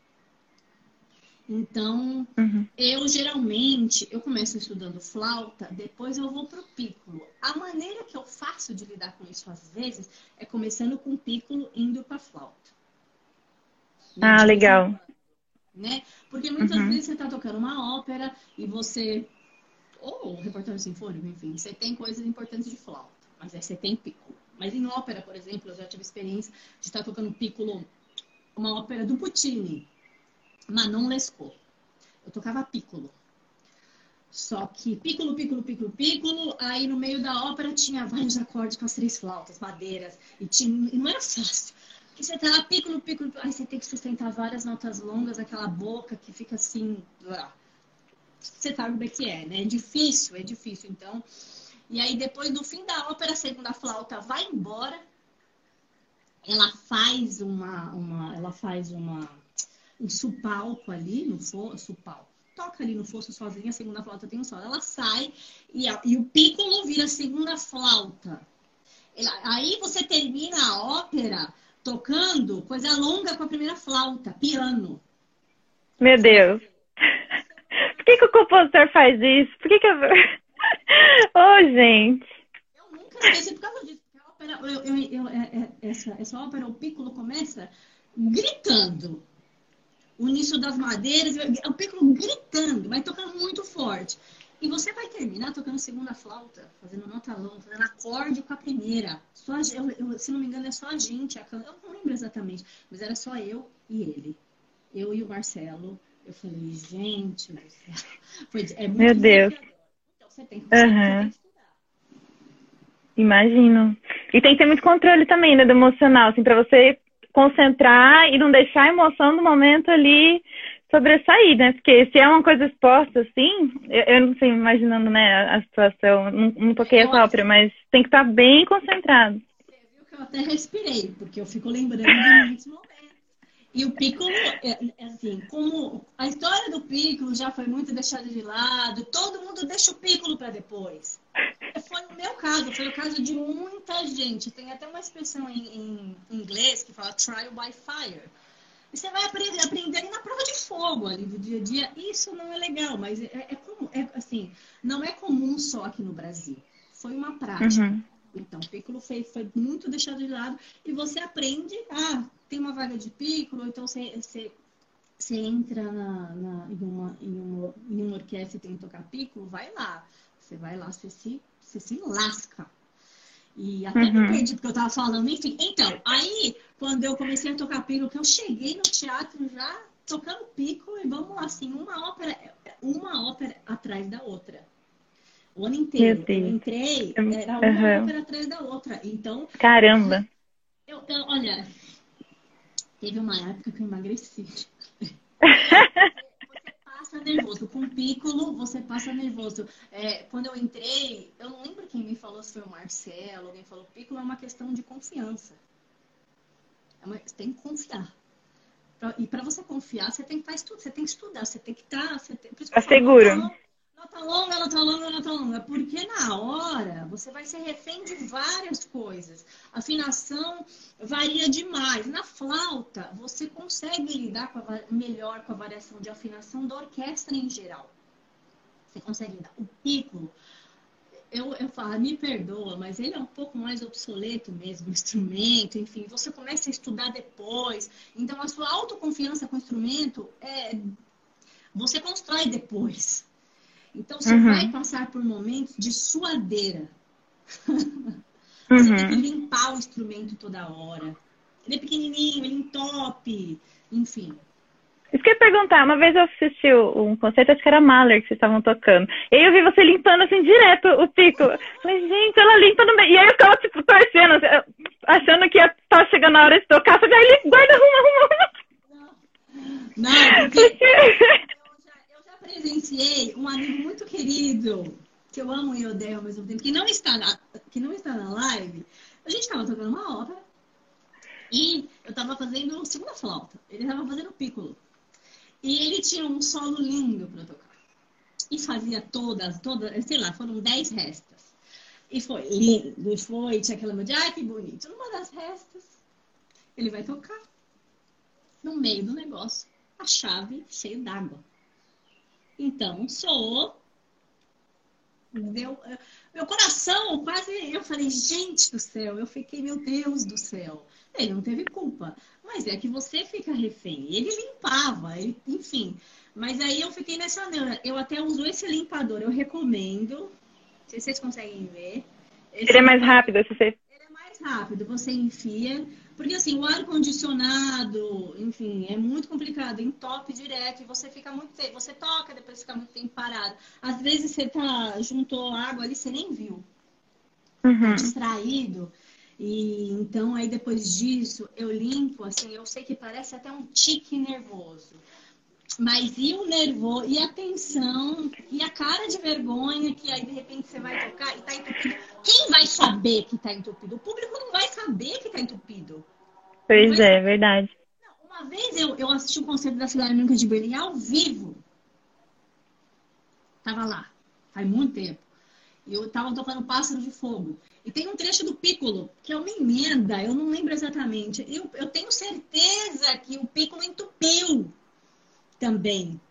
Então, uhum. eu geralmente, eu começo estudando flauta, depois eu vou para o piccolo. A maneira que eu faço de lidar com isso às vezes é começando com o piccolo indo para a flauta. Ah, né? Legal. Né? Porque muitas uhum. vezes você está tocando uma ópera e você, ou repertório sinfônico, enfim, você tem coisas importantes de flauta, mas aí você tem piccolo. Mas em ópera, por exemplo, eu já tive experiência de estar tocando piccolo, uma ópera do Puccini, Manon Lescaut. Eu tocava piccolo. Só que piccolo, piccolo, piccolo, piccolo. Aí no meio da ópera tinha vários acordes com as três flautas, madeiras. E, tinha, e não era fácil. Porque você tá lá, piccolo, piccolo. Aí você tem que sustentar várias notas longas, aquela boca que fica assim. Você sabe como é que é, né? É difícil, é difícil. Então. E aí depois, no fim da ópera, a segunda flauta vai embora. Ela faz uma. uma ela faz uma. um supalco ali no fosso, supalco. Toca ali no fosso sozinha, a segunda flauta tem um solo. Ela sai e, a, e o piccolo vira a segunda flauta. Ela, aí você termina a ópera tocando coisa longa com a primeira flauta, piano. Meu Deus. Por que que o compositor faz isso? Por que que eu... Ô, gente. Eu nunca esqueci por causa disso. A ópera, eu, eu, eu, é- é- essa, essa ópera, o Piccolo começa gritando. O início das madeiras, o Piccolo gritando, vai tocando muito forte. E você vai terminar tocando segunda flauta, fazendo nota longa, fazendo acorde com a primeira. Só a, eu, eu, se não me engano, é só a gente. A, eu não lembro exatamente, mas era só eu e ele. Eu e o Marcelo. Eu falei, gente do céu. Foi, é muito Meu Deus. desafiador. Então você tem, que- você, você Aham. tem que estudar. Imagino. E tem que ter muito controle também, né, do emocional, assim, pra você concentrar e não deixar a emoção do momento ali sobressair, né? Porque se é uma coisa exposta, assim, eu, eu não sei, imaginando, né, a, a situação, não, não toquei Eu, essa ópera, mas tem que estar bem concentrado. Você viu que eu até respirei, porque eu fico lembrando de muitos momentos. E o Piccolo, é, é assim, como a história do Piccolo já foi muito deixada de lado, todo mundo deixa o Piccolo para depois. Foi o meu caso, foi o caso de muita gente. Tem até uma expressão em, em inglês que fala trial by fire. E você vai aprender, aprender ali na prova de fogo, ali do dia a dia. Isso não é legal, mas é, é, comum, é assim, não é comum só aqui no Brasil. Foi uma prática. Uhum. Então, o Piccolo foi, foi muito deixado de lado. E você aprende, ah, tem uma vaga de Piccolo, então você, você, você entra na, na, em, uma, em, uma, em uma orquestra e tem que tocar Piccolo, vai lá. Você vai lá, você se, você se lasca. E até me Uhum. perdi porque eu tava falando, enfim. Então, aí, quando eu comecei a tocar Piccolo, que eu cheguei no teatro já tocando Piccolo, e vamos lá, assim, uma ópera, uma ópera atrás da outra. O ano Meu inteiro. Eu Deus. entrei, era uma Uhum. ópera atrás da outra. Então, Caramba. eu, eu, olha, teve uma época que eu emagreci. Você passa nervoso. Com Piccolo, você passa nervoso. É, quando eu entrei, eu não lembro quem me falou, se foi o Marcelo, alguém falou, Piccolo é uma questão de confiança. É uma, você tem que confiar. Pra, e para você confiar, você tem que estar estudando, você tem que estudar, você tem que estar. Você tem, por isso que eu Tá falo, seguro. nota longa, nota longa, nota longa. Porque na hora você vai ser refém de várias coisas. A afinação varia demais. Na flauta, você consegue lidar com a, melhor com a variação de afinação da orquestra em geral. Você consegue lidar. O Piccolo, eu, eu falo, me perdoa, mas ele é um pouco mais obsoleto mesmo, o instrumento, enfim. Você começa a estudar depois. Então, a sua autoconfiança com o instrumento, é, você constrói depois. Então, você Uhum. vai passar por momentos de suadeira. Você Uhum. tem que limpar o instrumento toda hora. Ele é pequenininho, ele entope, enfim. Isso que eu ia perguntar, uma vez eu assisti um concerto, acho que era Mahler que vocês estavam tocando. E aí eu vi você limpando assim direto o Piccolo. Falei, gente, ela limpa no meio. E aí eu ficava tipo torcendo, assim, achando que ia estar chegando a hora de tocar. Só que aí ele guarda, arruma, arruma. Não, porque eu já, eu já presenciei um amigo muito querido, que eu amo e odeio ao mesmo tempo, que não está na, que não está na live. A gente estava tocando uma ópera e eu estava fazendo segunda flauta. Ele estava fazendo Piccolo. E ele tinha um solo lindo para tocar. E fazia todas, todas, sei lá, foram dez restas. E foi lindo, e foi, tinha aquela melodia, ai que bonito. Numa das restas, ele vai tocar. No meio do negócio, a chave cheia d'água. Então, soou. Deu, meu coração quase, eu falei, gente do céu, eu fiquei, meu Deus do céu. Ele não teve culpa, mas é que você fica refém. Ele limpava, ele, enfim. Mas aí eu fiquei nessa neura. Eu até uso esse limpador, eu recomendo. Não sei se vocês conseguem ver. Esse Ele é mais limpador, rápido, se você... ele é mais rápido, você enfia. Porque assim, o ar-condicionado, enfim, é muito complicado, entope direto e você fica muito tempo. Você toca, depois fica muito tempo parado. Às vezes você tá, juntou água ali, você nem viu. Tá Uhum. distraído. E então aí depois disso eu limpo, assim, eu sei que parece até um tique nervoso. Mas e o nervoso, e a tensão, e a cara de vergonha que aí de repente você vai tocar e tá entupido. Quem vai saber que tá entupido? O público não vai saber que tá entupido. Pois é, verdade. Não, uma vez eu, eu assisti o um concerto da Filarmônica de Berlim ao vivo. Tava lá, faz muito tempo. E eu tava tocando Pássaro de Fogo. E tem um trecho do Piccolo, que é uma emenda, eu não lembro exatamente. Eu, eu tenho certeza que o Piccolo entupiu também.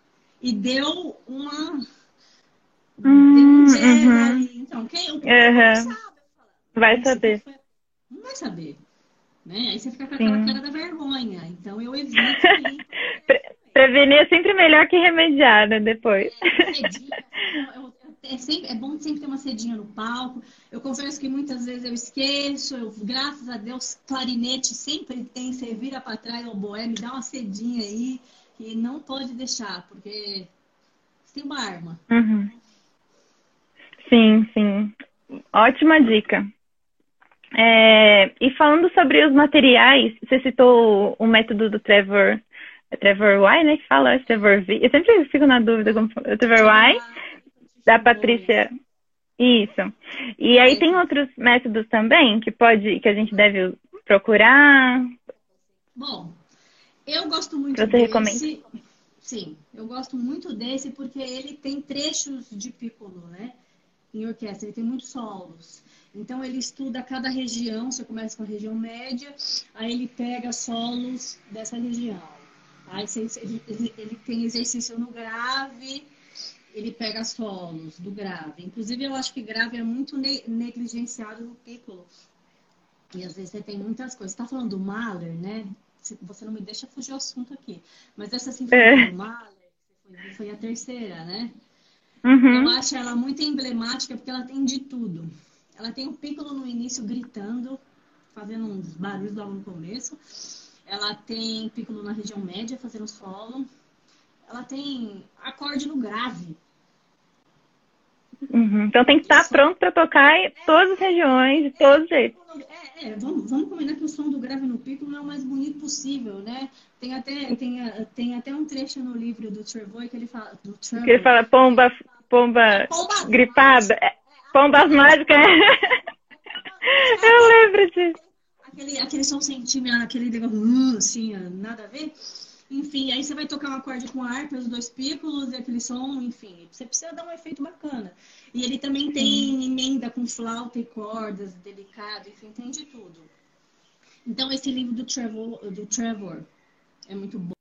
e deu uma... Deu Hum, um jazz uhum, ali. Então, quem, o público não uhum. sabe. Vai Nossa, o que saber. foi? Não vai saber, né? Aí você fica com aquela cara Sim. da vergonha. Então, eu evito ir para Pre- Prevenir é sempre melhor que remediar, né, depois. cedinha, assim, eu, eu- eu- é, sempre, é bom sempre ter uma cedinha no palco. Eu confesso que muitas vezes eu esqueço, eu, graças a Deus, clarinete sempre tem, você vira para trás, o boé, me dá uma cedinha aí, que não pode deixar, porque você tem uma arma. Uhum. Sim, sim. Ótima dica. É, e falando sobre os materiais, você citou o método do Trevor, é Trevor Y, né? Que fala, Trevor V. Eu sempre fico na dúvida como fala. Trevor Trevor Y, White, da Patricia Boyce. Patrícia. Isso. E aí tem Esses. outros métodos também que pode, que a gente deve procurar, Bom, eu gosto muito para você recomendar. desse. Sim, eu gosto muito desse porque ele tem trechos de piccolo, né? Em orquestra, ele tem muitos solos. Então ele estuda cada região, você começa com a região média, aí ele pega solos dessa região. Aí você- ele, ele, ele tem exercício no grave, ele pega solos do grave. Inclusive eu acho que grave é muito ne- negligenciado no piccolo. E às vezes você tem muitas coisas. Você está falando do Mahler, né? Se- Você não me deixa fugir o assunto aqui. Mas essa sinfonia É. do Mahler, que você foi ver, foi a terceira, né? Eu Uhum. acho ela muito emblemática porque ela tem de tudo. Ela tem o piccolo no início gritando, fazendo uns barulhos logo no começo. Ela tem piccolo na região média, fazendo solo. Ela tem acorde no grave. Uhum. Então tem que E estar som. pronto para tocar em todas as regiões, de todos os jeitos. É, é, vamos, vamos combinar que o som do grave no piccolo não é o mais bonito possível, né? Tem até, tem, a- tem até um trecho no livro do Trevor que ele fala, do Que ele Trevor, fala pomba, pomba pombas gripada, mágicas. é, pombas mágicas. Eu lembro disso. Aquele, aquele som sentimental, aquele negócio, hum, assim, ó, nada a ver. Enfim, aí você vai tocar um acorde com a harpa, os dois pícolos e aquele som, enfim. Você precisa dar um efeito bacana. E ele também Sim. tem emenda com flauta e cordas, delicado, enfim, tem de tudo. Então, esse livro do Trevor, do Trevor é muito bom.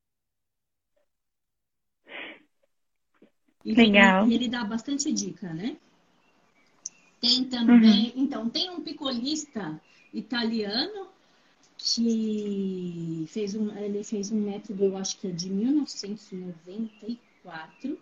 E, e- Legal. e ele dá bastante dica, né? Tem Uhum. também, então, tem um picolista italiano que fez um, ele fez um método, eu acho que é de mil novecentos e noventa e quatro.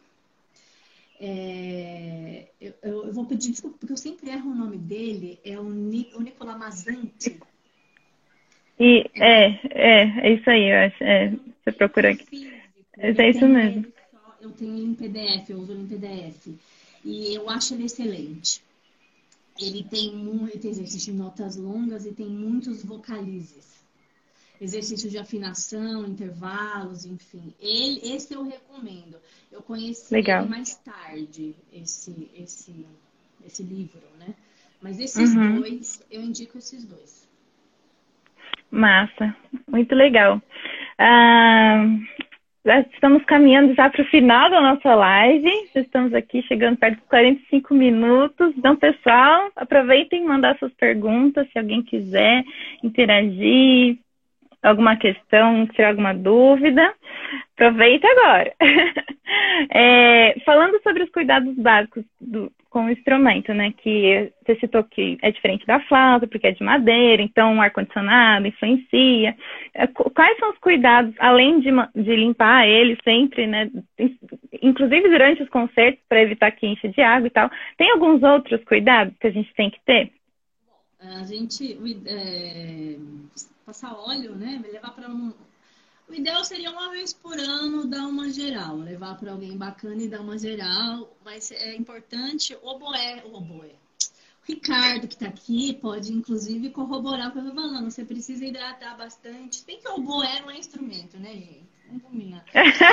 É, eu, eu vou pedir desculpa, porque eu sempre erro o nome dele, é o, Ni, o Nicola Mazzanti. E É um, é, é, é isso aí, eu acho. é É, um você procura aqui. biofísico, É eu isso tenho mesmo. ele só, eu tenho ele em P D F, eu uso ele em P D F. E eu acho ele excelente. Ele tem muito exercício de notas longas e tem muitos vocalizes. Exercício de afinação, intervalos, enfim. Ele, esse eu recomendo. Eu conheci ele Legal. mais tarde, esse, esse, esse livro, né? Mas esses Uhum. dois, eu indico esses dois. Massa. Muito legal. Ah, já estamos caminhando já para o final da nossa live. Já estamos aqui chegando perto dos quarenta e cinco minutos. Então, pessoal, aproveitem e mandar suas perguntas, se alguém quiser interagir, alguma questão, tirar alguma dúvida. Aproveita agora. É, falando sobre os cuidados básicos do, com o instrumento, né? Que você citou que é diferente da flauta, porque é de madeira, então o ar-condicionado influencia. É, quais são os cuidados, além de, de limpar ele sempre, né? Inclusive durante os concertos, para evitar que enche de água e tal. Tem alguns outros cuidados que a gente tem que ter? A gente é, passar óleo, né? Levar para um. O ideal seria uma vez por ano dar uma geral, levar para alguém bacana e dar uma geral, mas é importante o oboé, o oboé. O Ricardo, que está aqui, pode inclusive corroborar o que eu estou falando. Você precisa hidratar bastante. Tem que o oboé não é instrumento, né, gente? Vamos combinar.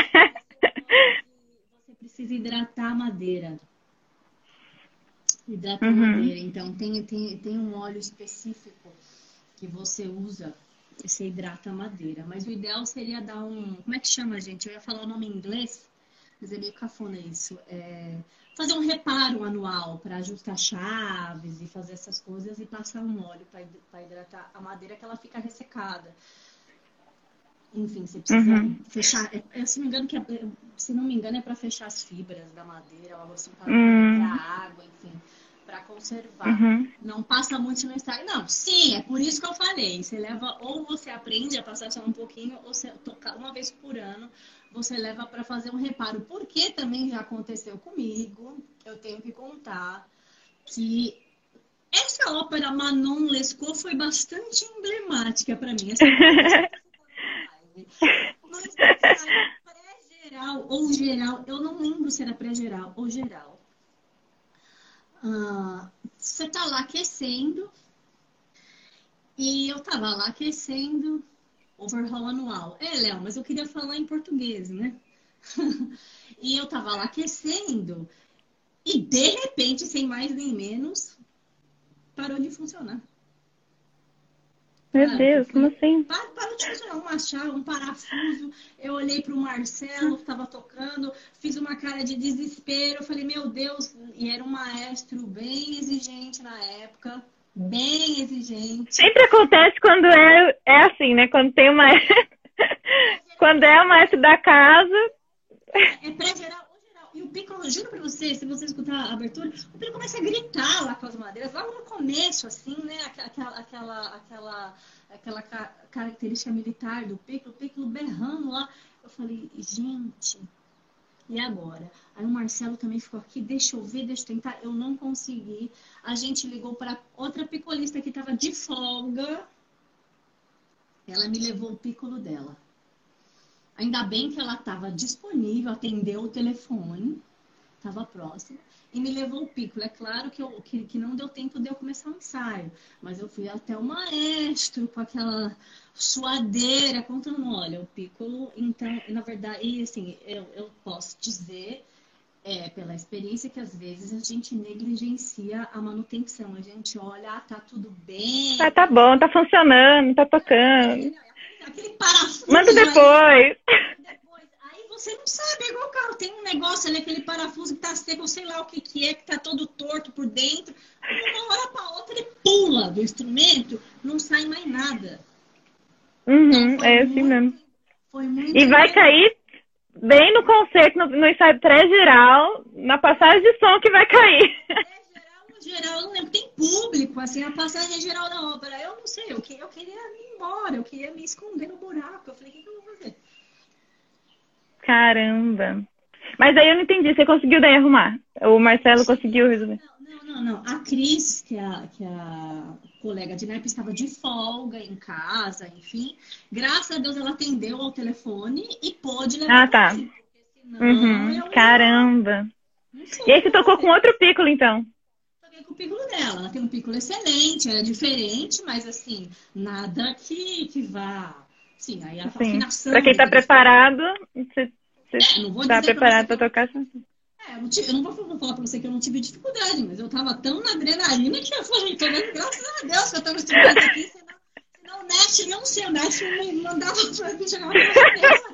Você precisa hidratar a madeira. Hidratar a Uhum. madeira. Então, tem, tem, tem um óleo específico que você usa. Você hidrata a madeira. Mas o ideal seria dar um. Como é que chama, gente? Eu ia falar o nome em inglês, mas é meio cafona isso. É... Fazer um reparo anual para ajustar chaves e fazer essas coisas e passar um óleo para hidratar a madeira que ela fica ressecada. enfim, você precisa Uhum. fechar. É, é, se não me engano, que é, se não me engano, é para fechar as fibras da madeira, algo assim, para não penetrar Uhum. água, enfim, para conservar. Uhum. Não passa muito no estrago. Não, sim, é por isso que eu falei. Você leva, ou você aprende a passar só um pouquinho, ou você tocar uma vez por ano, você leva para fazer um reparo. Porque também já aconteceu comigo, eu tenho que contar, que essa ópera Manon Lescaut foi bastante emblemática para mim. Essa não foi essa que você tá na live. Mas no ensaio pré-geral ou geral, eu não lembro se era pré-geral ou geral. Ah, você tá lá aquecendo, e eu tava lá aquecendo, overhaul anual. É, Léo, mas eu queria falar em português, né? E eu tava lá aquecendo, e de repente, sem mais nem menos, parou de funcionar. Meu Claro que eu Deus, como fui. assim? Para, para de funcionar uma chave, um parafuso. Eu olhei para o Marcelo, que estava tocando, fiz uma cara de desespero. Falei, meu Deus, e era um maestro bem exigente na época, bem exigente. Sempre acontece quando é, é assim, né? Quando tem uma. Quando é o maestro da casa. É pré-geral ou geral. E o Piccolo, juro pra você, se você escutar a abertura, o Piccolo começa a gritar lá com as madeiras, logo no começo, assim, né? Aquela, aquela, aquela, aquela ca- característica militar do Piccolo, o Piccolo berrando lá. Eu falei, gente, e agora? Aí o Marcelo também ficou aqui, deixa eu ver, deixa eu tentar. Eu não consegui. A gente ligou para outra picolista que estava de folga. Ela me levou o Piccolo dela. Ainda bem que ela estava disponível, atendeu o telefone, estava próxima, e me levou o Piccolo. É claro que, eu, que, que não deu tempo de eu começar o ensaio, mas eu fui até o maestro com aquela suadeira, contando, olha, o Piccolo, então, na verdade, e assim, eu, eu posso dizer, é, pela experiência, que às vezes a gente negligencia a manutenção, a gente olha, ah, tá tudo Ah, bem, tá bom, tá funcionando, tá tocando. aquele, aquele Manda parafuso ali. depois. Depois, aí você não sabe, é igual o carro, tem um negócio ali, aquele parafuso que tá seco, sei lá o que que é, que tá todo torto por dentro. Uma hora pra outra ele pula do instrumento, não sai mais nada. Então Uhum, foi é assim muito, mesmo. foi muito E vai emblemático. cair bem no concerto, no, no ensaio pré-geral, na passagem de som que vai cair. É geral, geral, eu não lembro, tem público, assim, a passagem geral da ópera. Eu não sei, eu, que- eu queria ir embora, eu queria me esconder no buraco. Eu falei, o que, que eu vou fazer? Caramba. Mas aí eu não entendi, você conseguiu daí arrumar? O Marcelo Consegui. conseguiu resolver? Não, não, não, não. A Cris, que é a, que é a colega de naipe, estava de folga em casa, enfim. Graças a Deus ela atendeu ao telefone e pôde levar Ah, para tá. mim. Porque senão Uhum, eu ia. caramba. Não sei E o aí que você eu vou tocou com fazer. outro piccolo, então? Toquei com o piccolo dela. Ela tem um piccolo excelente, ela é diferente, mas assim, nada que, que vá. Sim, aí a Sim. Pra afinação quem tá deveria ser. preparado, você, você É, não vou tá dizer para você preparado que pra eu não tocar. tive. É, eu não, tive, eu não vou falar pra você que eu não tive dificuldade, mas eu tava tão na adrenalina que eu falei, tô dando graças a Deus que eu tô no instrumento aqui, senão, senão o Nash, não sei, o Nash me mandava pra mim, chegava pra cabeça.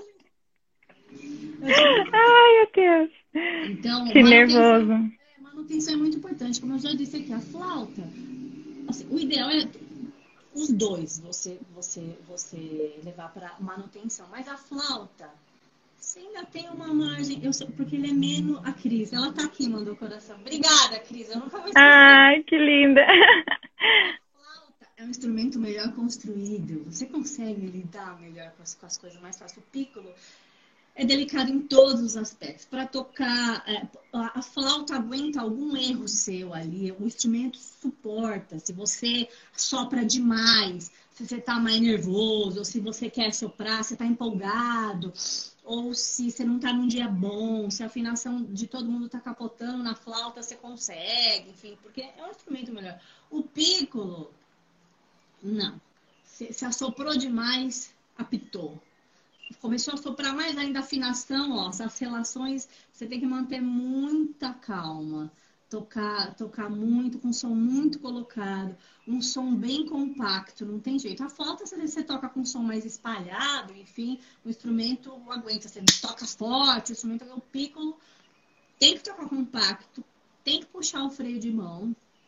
Eu tive que... Ai, meu Deus. Então, Que manutenção, nervoso. é, manutenção é muito importante. Como eu já disse aqui, a flauta, assim, o ideal é os dois você, você, você levar para manutenção, mas a flauta, você ainda tem uma margem, eu sou, porque ele é menos a Cris. Ela tá aqui, mandou o coração. Obrigada, Cris, eu nunca vou esquecer. Ai, que linda. A flauta é um instrumento melhor construído. Você consegue lidar melhor com as, com as coisas mais fáceis. O piccolo é delicado em todos os aspectos. Para tocar, é, a, a flauta aguenta algum erro seu ali, o instrumento suporta. Se você sopra demais, se você está mais nervoso, ou se você quer soprar, você está empolgado, ou se você não está num dia bom, se a afinação de todo mundo está capotando na flauta, você consegue, enfim, porque é um instrumento melhor. O piccolo, não. Se, se assoprou demais, apitou. Começou a soprar mais ainda a afinação, ó, essas relações, você tem que manter muita calma. Tocar, tocar muito, com som muito colocado, um som bem compacto, não tem jeito. A flauta, se você toca com som mais espalhado, enfim, o instrumento aguenta, você toca forte, o instrumento, o piccolo tem que tocar compacto, tem que puxar o freio de mão.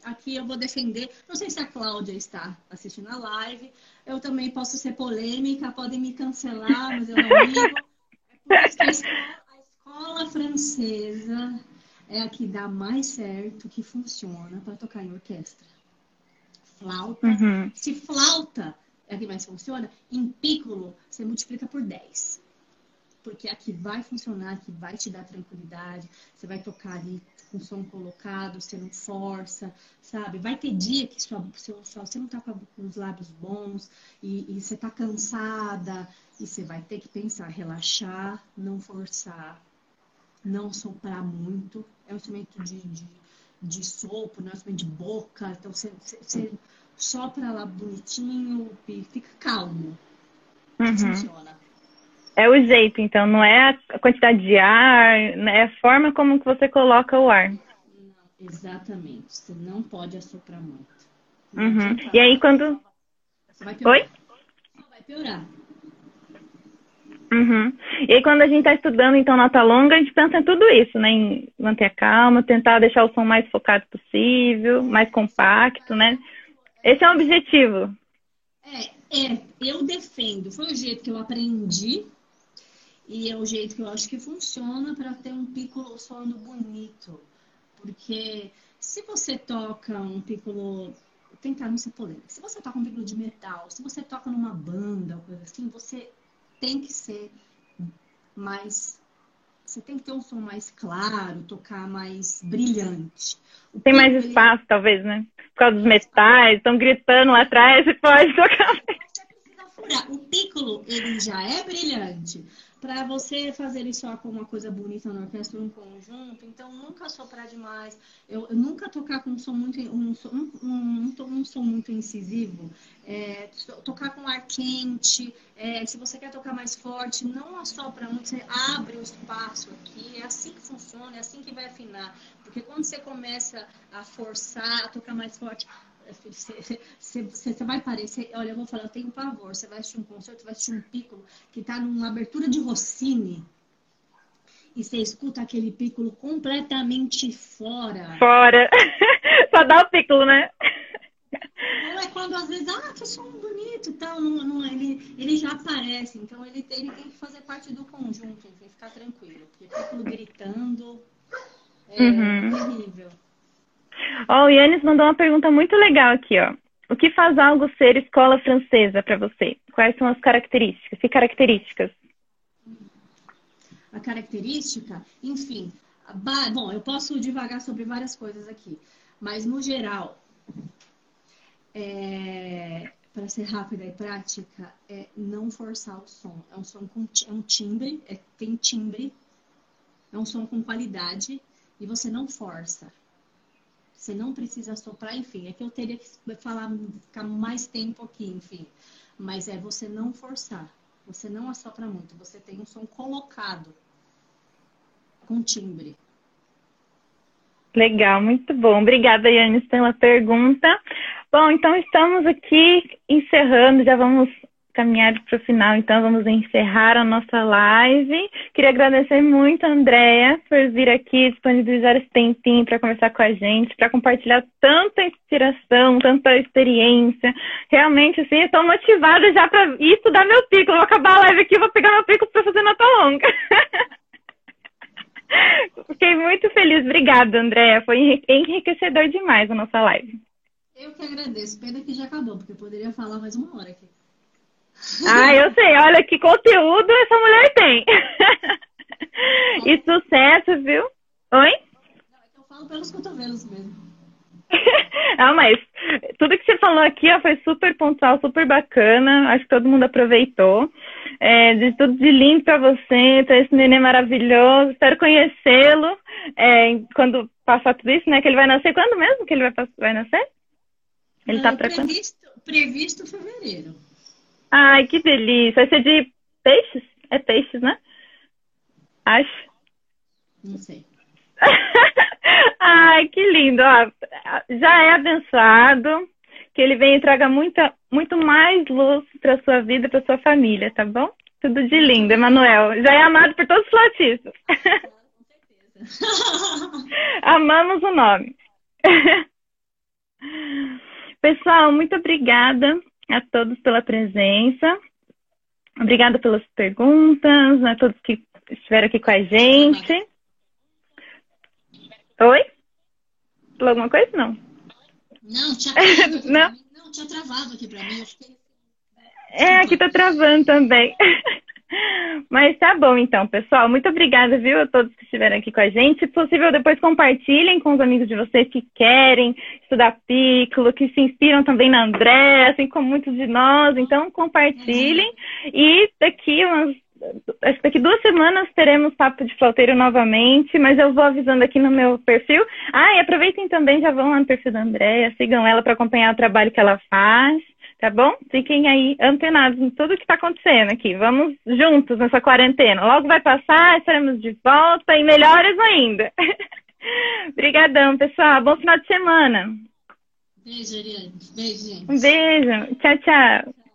aqui eu vou defender. Não sei se a Cláudia está assistindo a live. Eu também posso ser polêmica, podem me cancelar, mas eu não ligo. É por isso que a escola, a escola francesa é a que dá mais certo, que funciona para tocar em orquestra. Flauta. Uhum. Se flauta é a que mais funciona, em piccolo você multiplica por dez. Porque aqui vai funcionar, aqui vai te dar tranquilidade, você vai tocar ali com o som colocado, você não força, sabe? Vai ter dia que sua, seu, sua, você não tá com os lábios bons e, e você tá cansada e você vai ter que pensar, relaxar, não forçar, não soprar muito. É um instrumento de, de, de sopro, não é um instrumento de boca, então você, você, você sopra lá bonitinho e fica calmo. Uhum. Funciona. É o jeito, então, não é a quantidade de ar, é a forma como que você coloca o ar. Não, exatamente. Você não pode assoprar muito. Uhum. E aí quando... Você vai piorar. Oi? Só vai piorar. Uhum. E aí quando a gente está estudando, então, nota longa, a gente pensa em tudo isso, né? Em manter a calma, tentar deixar o som mais focado possível, mais compacto, né? Esse é o objetivo. É, é, eu defendo. Foi o jeito que eu aprendi. E é o jeito que eu acho que funciona para ter um piccolo soando bonito. Porque se você toca um piccolo... Tentar não ser polêmico. Se você toca um piccolo de metal, se você toca numa banda, coisa assim, você tem que ser mais... Você tem que ter um som mais claro, tocar mais brilhante. O tem mais piccolo, espaço, ele... talvez, né? Por causa dos metais, estão gritando lá atrás, você pode tocar. Você precisa furar. O piccolo, ele já é brilhante. Para você fazer ele só com uma coisa bonita na orquestra, um conjunto, então nunca soprar demais. Eu, eu nunca tocar com um som muito, um, um, um, um, um som muito incisivo. É, tocar com ar quente. É, se você quer tocar mais forte, não assopra muito, você abre o espaço aqui. É assim que funciona, é assim que vai afinar. Porque quando você começa a forçar, a tocar mais forte, Você, você, você vai parecer, olha, eu vou falar, eu tenho pavor. Você vai assistir um concerto, vai assistir um piccolo que tá numa abertura de Rossini e você escuta aquele piccolo completamente fora. Fora. Só dá o piccolo, né? Ou é quando às vezes, ah, que som bonito e tal, não, não, ele, ele já aparece. Então ele, ele tem que fazer parte do conjunto, enfim, ficar tranquilo. Porque piccolo gritando é Uhum. terrível. Ó, o Yannis mandou uma pergunta muito legal aqui, ó. O que faz algo ser escola francesa para você? Quais são as características? Que características? A característica, enfim, bom, eu posso divagar sobre várias coisas aqui, mas no geral, é, para ser rápida e prática, é não forçar o som. É um som com é um timbre, é, tem timbre, é um som com qualidade e você não força. Você não precisa soprar, enfim, é que eu teria que falar, ficar mais tempo aqui, enfim. Mas é você não forçar, você não assopra muito, você tem um som colocado, com timbre. Legal, muito bom. Obrigada, Yannis, pela pergunta. Bom, então estamos aqui encerrando, já vamos caminhar para o final, então vamos encerrar a nossa live. Queria agradecer muito a Andrea por vir aqui disponibilizar esse tempinho para conversar com a gente, para compartilhar tanta inspiração, tanta experiência. Realmente, assim, estou motivada já para ir estudar meu piccolo. Vou acabar a live aqui, vou pegar meu piccolo para fazer nota longa. Fiquei muito feliz. Obrigada, Andrea. Foi enriquecedor demais a nossa live. Eu que agradeço. Pena que já acabou, porque eu poderia falar mais uma hora aqui. Ah, eu sei. Olha que conteúdo essa mulher tem. E sucesso, viu? Oi? Não, é que eu falo pelos cotovelos mesmo. Ah, mas tudo que você falou aqui ó, foi super pontual, super bacana. Acho que todo mundo aproveitou. É, de tudo de lindo pra você. Então, esse neném maravilhoso. Espero conhecê-lo é, quando passar tudo isso, né? Que ele vai nascer quando mesmo que ele vai, vai nascer? Ele tá uh, pra previsto, previsto fevereiro. Ai, que delícia. Vai ser de peixes? É peixes, né? Acho. Não sei. Ai, que lindo. Ó, já é abençoado. Que ele venha e traga muita, muito mais luz para sua vida e para sua família, tá bom? Tudo de lindo, Emanuel. Já é amado por todos os flatistas. Com certeza. Amamos o nome. Pessoal, muito obrigada a todos pela presença. Obrigada pelas perguntas, a todos que estiveram aqui com a gente. Oi? Falou alguma coisa? Não. Não, tinha travado aqui Não? pra mim. Não, tinha travado aqui pra mim. Eu fiquei... É, aqui tá travando também. Mas tá bom, então, pessoal. Muito obrigada, viu, a todos que estiveram aqui com a gente. Se possível, depois compartilhem com os amigos de vocês que querem estudar Piccolo, que se inspiram também na Andréa, assim como muitos de nós. Então, compartilhem. E daqui umas... Acho que daqui duas semanas teremos Papo de Flauteiro novamente, mas eu vou avisando aqui no meu perfil. Ah, e aproveitem também, já vão lá no perfil da Andréa, sigam ela para acompanhar o trabalho que ela faz. Tá bom? Fiquem aí antenados em tudo que está acontecendo aqui. Vamos juntos nessa quarentena. Logo vai passar, estaremos de volta e melhores ainda. Obrigadão, pessoal. Bom final de semana. Beijo, Ariane. Beijo, gente. Um beijo. Tchau, tchau.